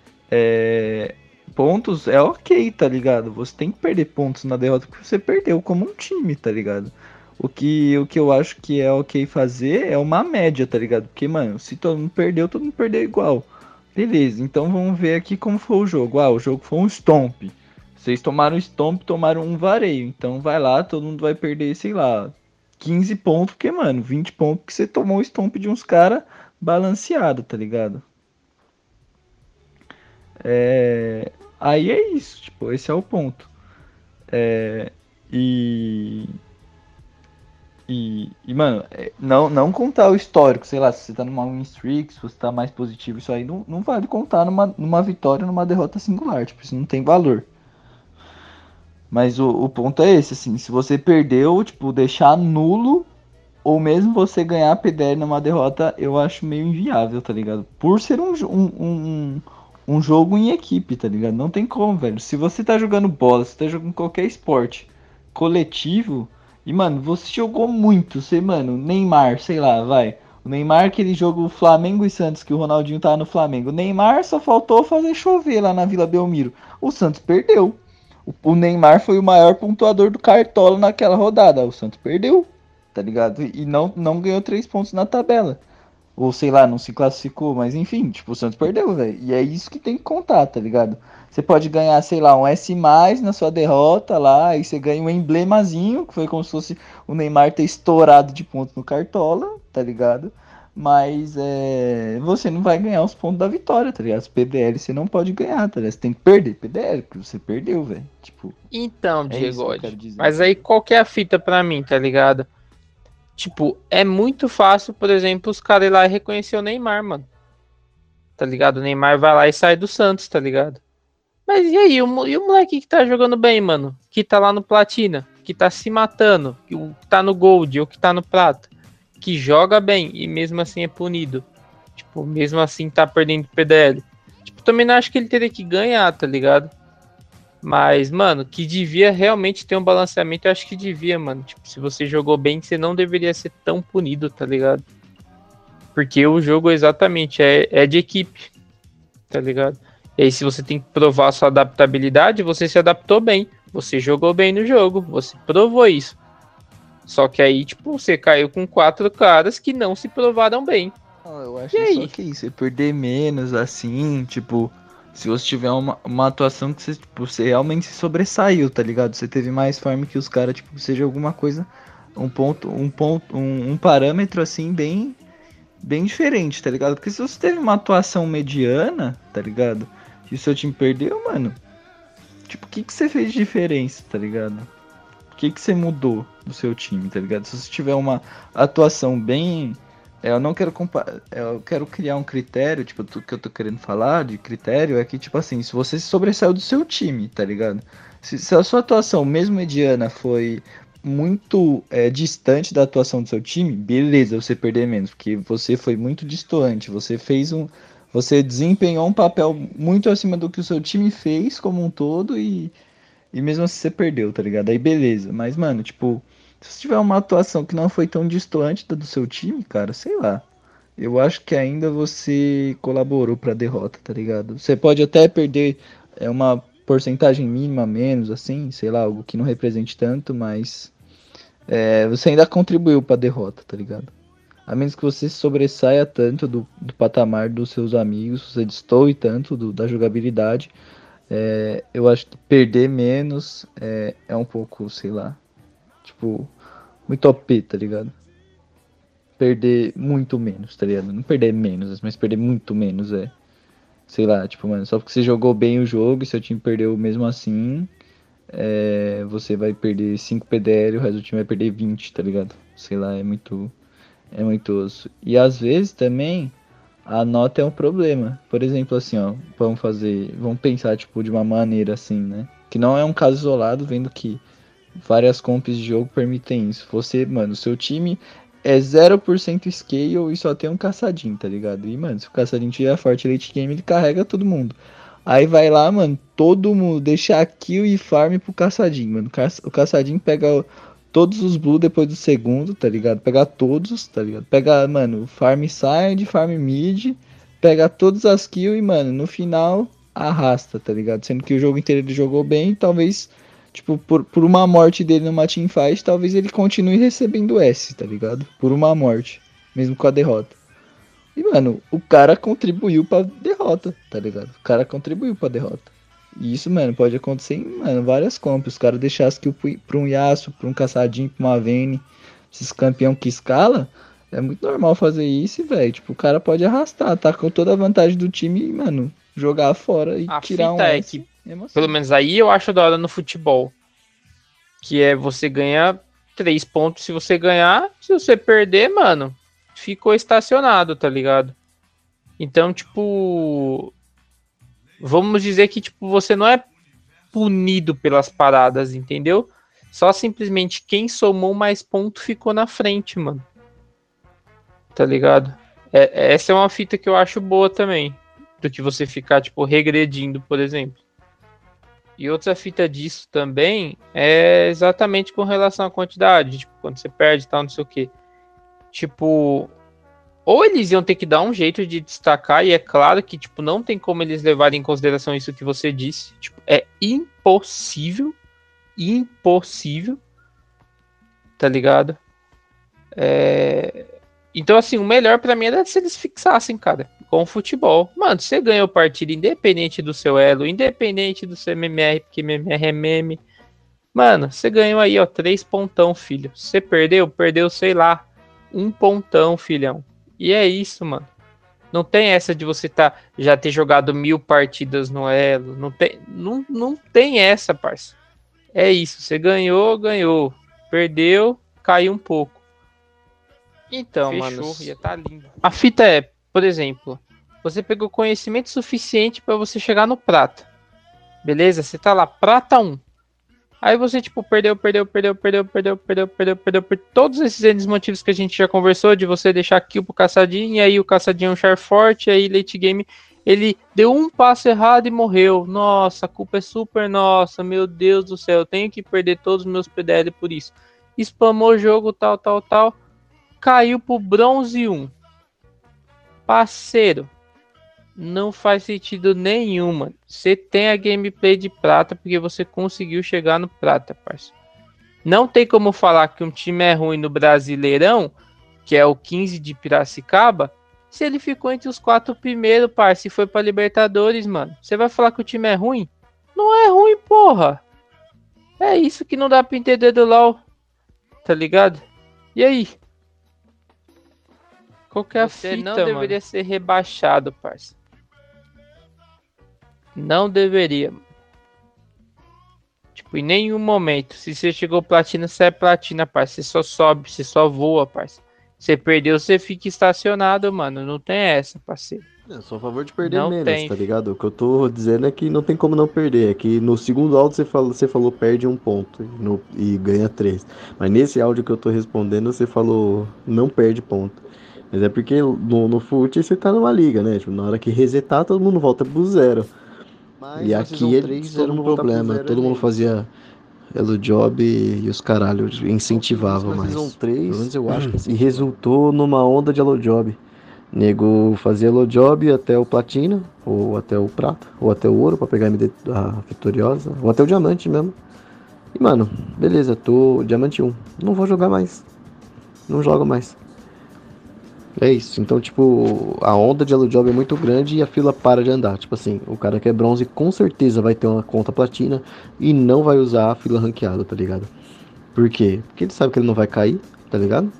Speaker 6: pontos é ok, tá ligado? Você tem que perder pontos na derrota porque você perdeu como um time, tá ligado? O que eu acho que é ok fazer é uma média, tá ligado? Porque, mano, se todo mundo perdeu igual. Beleza, então vamos ver aqui como foi o jogo. Ah, o jogo foi um stomp. Vocês tomaram stomp, tomaram um vareio. Então vai lá, todo mundo vai perder, sei lá, 15 pontos, porque, mano, 20 pontos que você tomou o stomp de uns caras balanceado, tá ligado? Aí é isso, tipo, esse é o ponto. E mano, não contar o histórico, sei lá, se você tá numa win streak, se você tá mais positivo, isso aí não vale contar numa vitória, numa derrota singular, tipo, isso não tem valor. Mas o ponto é esse, assim, se você perdeu, tipo, deixar nulo, ou mesmo você ganhar PDL numa derrota, eu acho meio inviável, tá ligado? Por ser um jogo em equipe, tá ligado? Não tem como, velho. Se você tá jogando bola, se você tá jogando qualquer esporte coletivo, e, mano, você jogou muito, você, mano, Neymar, sei lá, vai. O Neymar, aquele jogo Flamengo e Santos, que o Ronaldinho tava no Flamengo. O Neymar só faltou fazer chover lá na Vila Belmiro. O Santos perdeu. O Neymar foi o maior pontuador do Cartola naquela rodada. O Santos perdeu, tá ligado? E não ganhou 3 pontos na tabela. Ou sei lá, não se classificou, mas enfim, tipo, o Santos perdeu, velho. E é isso que tem que contar, tá ligado? Você pode ganhar, sei lá, um S+, na sua derrota lá, e você ganha um emblemazinho, que foi como se fosse o Neymar ter estourado de pontos no Cartola, tá ligado? Mas você não vai ganhar os pontos da vitória, tá ligado? Os PDL você não pode ganhar, tá ligado? Você tem que perder PDL, porque você perdeu, velho. Tipo,
Speaker 2: Então,
Speaker 6: é isso que eu
Speaker 2: Diego,
Speaker 6: quero dizer.
Speaker 2: mas aí qual que é a fita pra mim, tá ligado? Tipo, é muito fácil, por exemplo, os caras ir lá e reconhecer o Neymar, mano. Tá ligado? O Neymar vai lá e sai do Santos, tá ligado? Mas e aí, e o moleque que tá jogando bem, mano? Que tá lá no Platina, que tá se matando, que tá no Gold ou que tá no Prata, que joga bem e mesmo assim é punido. Tipo, mesmo assim tá perdendo PDL. Tipo, também não acho que ele teria que ganhar, tá ligado? Mas, mano, que devia realmente ter um balanceamento, eu acho que devia, mano. Tipo, se você jogou bem, você não deveria ser tão punido, tá ligado? Porque o jogo exatamente é de equipe, tá ligado? E aí, se você tem que provar a sua adaptabilidade, você se adaptou bem. Você jogou bem no jogo, você provou isso. Só que aí, tipo, você caiu com 4 caras que não se provaram bem.
Speaker 6: Eu acho só que isso, você perder menos, assim, tipo, se você tiver uma atuação que você, tipo, você realmente se sobressaiu, tá ligado? Você teve mais forma que os caras, tipo, seja alguma coisa, um parâmetro, assim, bem diferente, tá ligado? Porque se você teve uma atuação mediana, tá ligado? E o seu time perdeu, mano, tipo, o que você fez de diferença, tá ligado? O que você mudou do seu time, tá ligado? Se você tiver uma atuação bem... Eu não quero eu quero criar um critério, tipo, o que eu tô querendo falar de critério é que, tipo assim, se você se sobressaiu do seu time, tá ligado? Se a sua atuação, mesmo mediana, foi muito distante da atuação do seu time, beleza, você perder menos, porque você foi muito distante, você desempenhou um papel muito acima do que o seu time fez como um todo e mesmo assim você perdeu, tá ligado? Aí beleza, mas mano, tipo, se você tiver uma atuação que não foi tão distante da do seu time, cara, sei lá. Eu acho que ainda você colaborou pra derrota, tá ligado? Você pode até perder uma porcentagem mínima menos, assim, sei lá, algo que não represente tanto, mas você ainda contribuiu pra derrota, tá ligado? A menos que você se sobressaia tanto do patamar dos seus amigos, você destoe tanto da jogabilidade, eu acho que perder menos é um pouco, sei lá, tipo, muito OP, tá ligado? Perder muito menos, tá ligado? Não perder menos, mas perder muito menos sei lá, tipo, mano, só porque você jogou bem o jogo e seu time perdeu mesmo assim, você vai perder 5 PDL e o resto do time vai perder 20, tá ligado? Sei lá, é muito osso. E às vezes também a nota é um problema. Por exemplo, assim, ó, vamos pensar, tipo, de uma maneira assim, né? Que não é um caso isolado, vendo que várias comps de jogo permitem isso. Você, mano, seu time é 0% scale e só tem um caçadinho, tá ligado? E, mano, se o caçadinho tiver forte late game, ele carrega todo mundo. Aí vai lá, mano, todo mundo deixa kill e farm pro caçadinho, mano. O caçadinho pega todos os blue depois do segundo, tá ligado? Pega todos, tá ligado? Pega, mano, farm side, farm mid, pega todas as kills e, mano, no final arrasta, tá ligado? Sendo que o jogo inteiro ele jogou bem, talvez, tipo, por uma morte dele numa teamfight, talvez ele continue recebendo S, tá ligado? Por uma morte, mesmo com a derrota. E, mano, o cara contribuiu pra derrota, tá ligado? O cara contribuiu pra derrota. E isso, mano, pode acontecer em, mano, várias compras. Os caras deixaram as kills pra um Yasuo, pra um caçadinho, pra uma Vayne. Esses campeão que escala, é muito normal fazer isso, velho. Tipo, o cara pode arrastar, tá com toda a vantagem do time e, mano, jogar fora e
Speaker 2: A
Speaker 6: tirar
Speaker 2: fita
Speaker 6: S.
Speaker 2: que, pelo menos aí eu acho da hora no futebol. Que é você ganha 3 pontos se você ganhar. Se você perder, mano, ficou estacionado, tá ligado? Então, tipo, vamos dizer que tipo você não é punido pelas paradas, entendeu? Só simplesmente quem somou mais ponto ficou na frente, mano. Tá ligado? Essa é uma fita que eu acho boa também. Do que você ficar, tipo, regredindo, por exemplo. E outra fita disso também é exatamente com relação à quantidade. Tipo, quando você perde e tal, não sei o quê. Tipo, ou eles iam ter que dar um jeito de destacar, e é claro que, tipo, não tem como eles levarem em consideração isso que você disse. Tipo, é impossível, tá ligado? Então, assim, o melhor pra mim era se eles fixassem, cara, com o futebol. Mano, você ganhou partida independente do seu elo, independente do seu MMR, porque MMR é meme. Mano, você ganhou aí, ó, 3 pontão, filho. Você perdeu, sei lá, 1 pontão, filhão. E é isso, mano. Não tem essa de você já ter jogado 1000 partidas no elo. Não tem essa, parça. É isso, você ganhou. Perdeu, caiu um pouco. Então, fechou, mano, ia tá lindo. A fita é, por exemplo, você pegou conhecimento suficiente pra você chegar no prata. Beleza? Você tá lá, prata 1. Aí você, tipo, perdeu por todos esses N motivos que a gente já conversou, de você deixar kill pro caçadinho, e aí o caçadinho é um char forte, aí late game, ele deu um passo errado e morreu. Nossa, a culpa é super nossa, meu Deus do céu, eu tenho que perder todos os meus PDL por isso. Spamou o jogo, tal. Caiu pro bronze 1. Parceiro, não faz sentido nenhum, mano. Você tem a gameplay de prata porque você conseguiu chegar no prata, parceiro. Não tem como falar que um time é ruim no Brasileirão, que é o 15 de Piracicaba, se ele ficou entre os 4 primeiros, parça, e foi pra Libertadores, mano. Você vai falar que o time é ruim? Não é ruim, porra. É isso que não dá pra entender do LoL. Tá ligado? E aí? Qual que é a fita, não deveria ser rebaixado, parça. Não deveria. Tipo, em nenhum momento. Se você chegou platina, você é platina, parça. Você só sobe, você só voa, parça. Você perdeu, você fica estacionado, mano. Não tem essa, parceiro.
Speaker 4: Eu sou a favor de perder
Speaker 2: Não
Speaker 4: menos,
Speaker 2: tem.
Speaker 4: tá ligado? O que eu tô dizendo é que não tem como não perder. É que no segundo áudio você falou perde 1 ponto e ganha 3. Mas nesse áudio que eu tô respondendo, você falou não perde ponto. Mas é porque no fute você tá numa liga, né? Tipo, na hora que resetar, todo mundo volta pro zero. Mas e aqui eles era um problema. Todo mundo fazia Elo Job e os caralhos incentivavam mais. Season 3, pelo menos eu acho que e resultou numa onda de Elo Job. Nego fazia Elo Job até o Platina, ou até o Prata, ou até o Ouro pra pegar a Vitoriosa, ou até o Diamante mesmo. E mano, beleza, tô Diamante 1. Não vou jogar mais. Não jogo mais. É isso, então tipo, a onda de Elo Job é muito grande e a fila para de andar. Tipo assim, o cara que é bronze com certeza vai ter uma conta platina e não vai usar a fila ranqueada, tá ligado? Por quê? Porque ele sabe que ele não vai cair, tá ligado?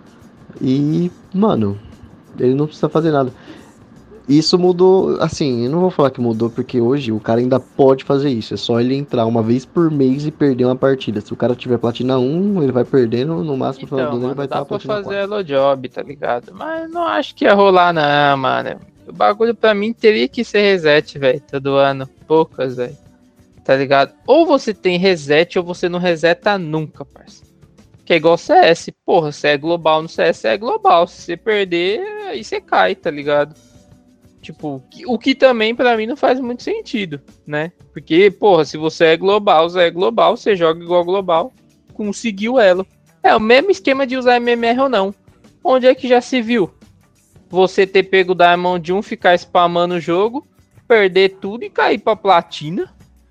Speaker 4: E, mano, ele não precisa fazer nada. Isso mudou, assim, eu não vou falar que mudou porque hoje o cara ainda pode fazer isso. É só ele entrar uma vez por mês e perder uma partida. Se o cara tiver platina 1, ele vai perdendo, no máximo no final do ano ele vai estar platina 4.
Speaker 2: Dá pra fazer Elo Job, tá ligado? Mas não acho que ia rolar não, mano. O bagulho pra mim teria que ser reset, velho, todo ano. Poucas, velho. Tá ligado? Ou você tem reset ou você não reseta nunca, parceiro. Que é igual CS. Porra, você é global no CS, você é global. Se você perder, aí você cai, tá ligado? Tipo, o que também pra mim não faz muito sentido, né? Porque, porra, se você é global, você joga igual global, conseguiu elo. É o mesmo esquema de usar MMR ou não. Onde é que já se viu? Você ter pego o Diamond 1, ficar spamando o jogo, perder tudo e cair pra platina?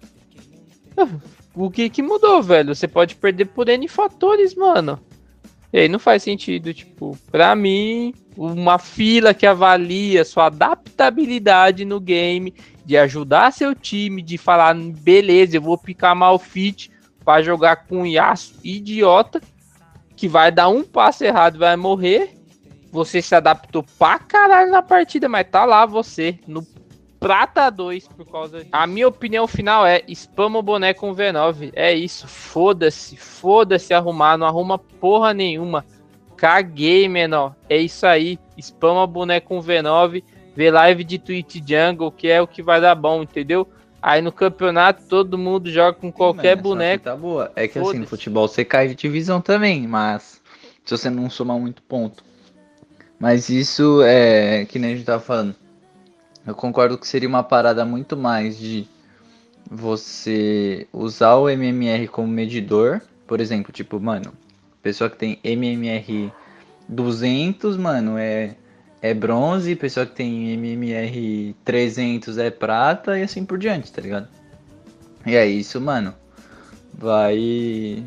Speaker 2: O que mudou, velho? Você pode perder por N fatores, mano. E aí não faz sentido, tipo, pra mim, uma fila que avalia sua adaptabilidade no game, de ajudar seu time, de falar, beleza, eu vou picar Malphite pra jogar com um Yasuo idiota, que vai dar um passo errado e vai morrer. Você se adaptou pra caralho na partida, mas tá lá você, no Prata 2 por causa. A minha opinião final é spama o boneco com V9. É isso. Foda-se arrumar. Não arruma porra nenhuma. Caguei, menor. É isso aí. Spama o boneco com V9. Vê live de Twitch Jungle, que é o que vai dar bom, entendeu? Aí no campeonato todo mundo joga com qualquer boneco.
Speaker 6: Tá boa. É que assim, no futebol você cai de divisão também, mas se você não somar muito ponto. Mas isso é que nem a gente tava falando. Eu concordo que seria uma parada muito mais de você usar o MMR como medidor. Por exemplo, tipo, mano, pessoa que tem MMR 200, mano, é bronze. Pessoa que tem MMR 300 é prata e assim por diante, tá ligado? E é isso, mano. Vai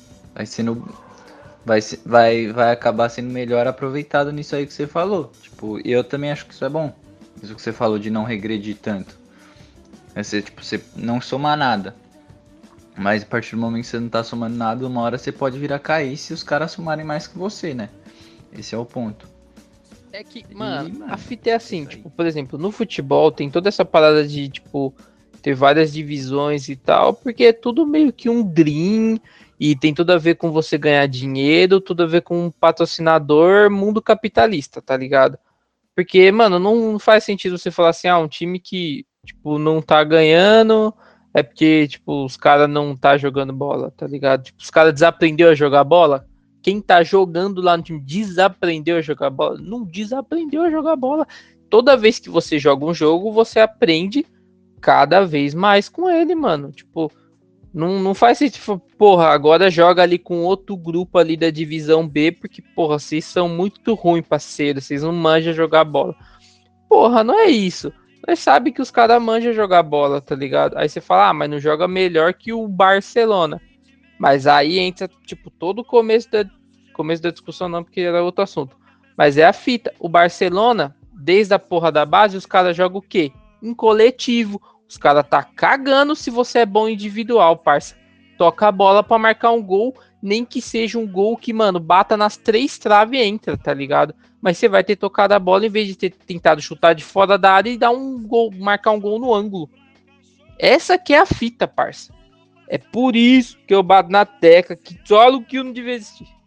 Speaker 6: acabar sendo melhor aproveitado nisso aí que você falou. Tipo, eu também acho que isso é bom. Isso que você falou de não regredir tanto. É ser, tipo, você não somar nada. Mas a partir do momento que você não tá somando nada, uma hora você pode vir a cair se os caras somarem mais que você, né? Esse é o ponto.
Speaker 2: É que, mano, a fita é assim, tipo, por exemplo, no futebol tem toda essa parada de, tipo, ter várias divisões e tal, porque é tudo meio que um dream e tem tudo a ver com você ganhar dinheiro, tudo a ver com um patrocinador, mundo capitalista, tá ligado? Porque, mano, não faz sentido você falar assim, um time que, tipo, não tá ganhando é porque, tipo, os caras não tá jogando bola, tá ligado? Tipo, os caras desaprendeu a jogar bola. Quem tá jogando lá no time desaprendeu a jogar bola? Não desaprendeu a jogar bola. Toda vez que você joga um jogo, você aprende cada vez mais com ele, mano. Tipo, não faz sentido, porra, agora joga ali com outro grupo ali da divisão B, porque, porra, vocês são muito ruins, parceiro, vocês não manjam jogar bola. Porra, não é isso. Nós sabemos que os caras manjam jogar bola, tá ligado? Aí você fala, mas não joga melhor que o Barcelona. Mas aí entra, tipo, todo o começo da discussão não, porque era outro assunto. Mas é a fita. O Barcelona, desde a porra da base, os caras jogam o quê? Em coletivo. Os caras tá cagando se você é bom individual, parça. Toca a bola pra marcar um gol, nem que seja um gol que, mano, bata nas 3 traves e entra, tá ligado? Mas você vai ter tocado a bola em vez de ter tentado chutar de fora da área e dar um gol, marcar um gol no ângulo. Essa que é a fita, parça. É por isso que eu bato na tecla que só o que não devia existir.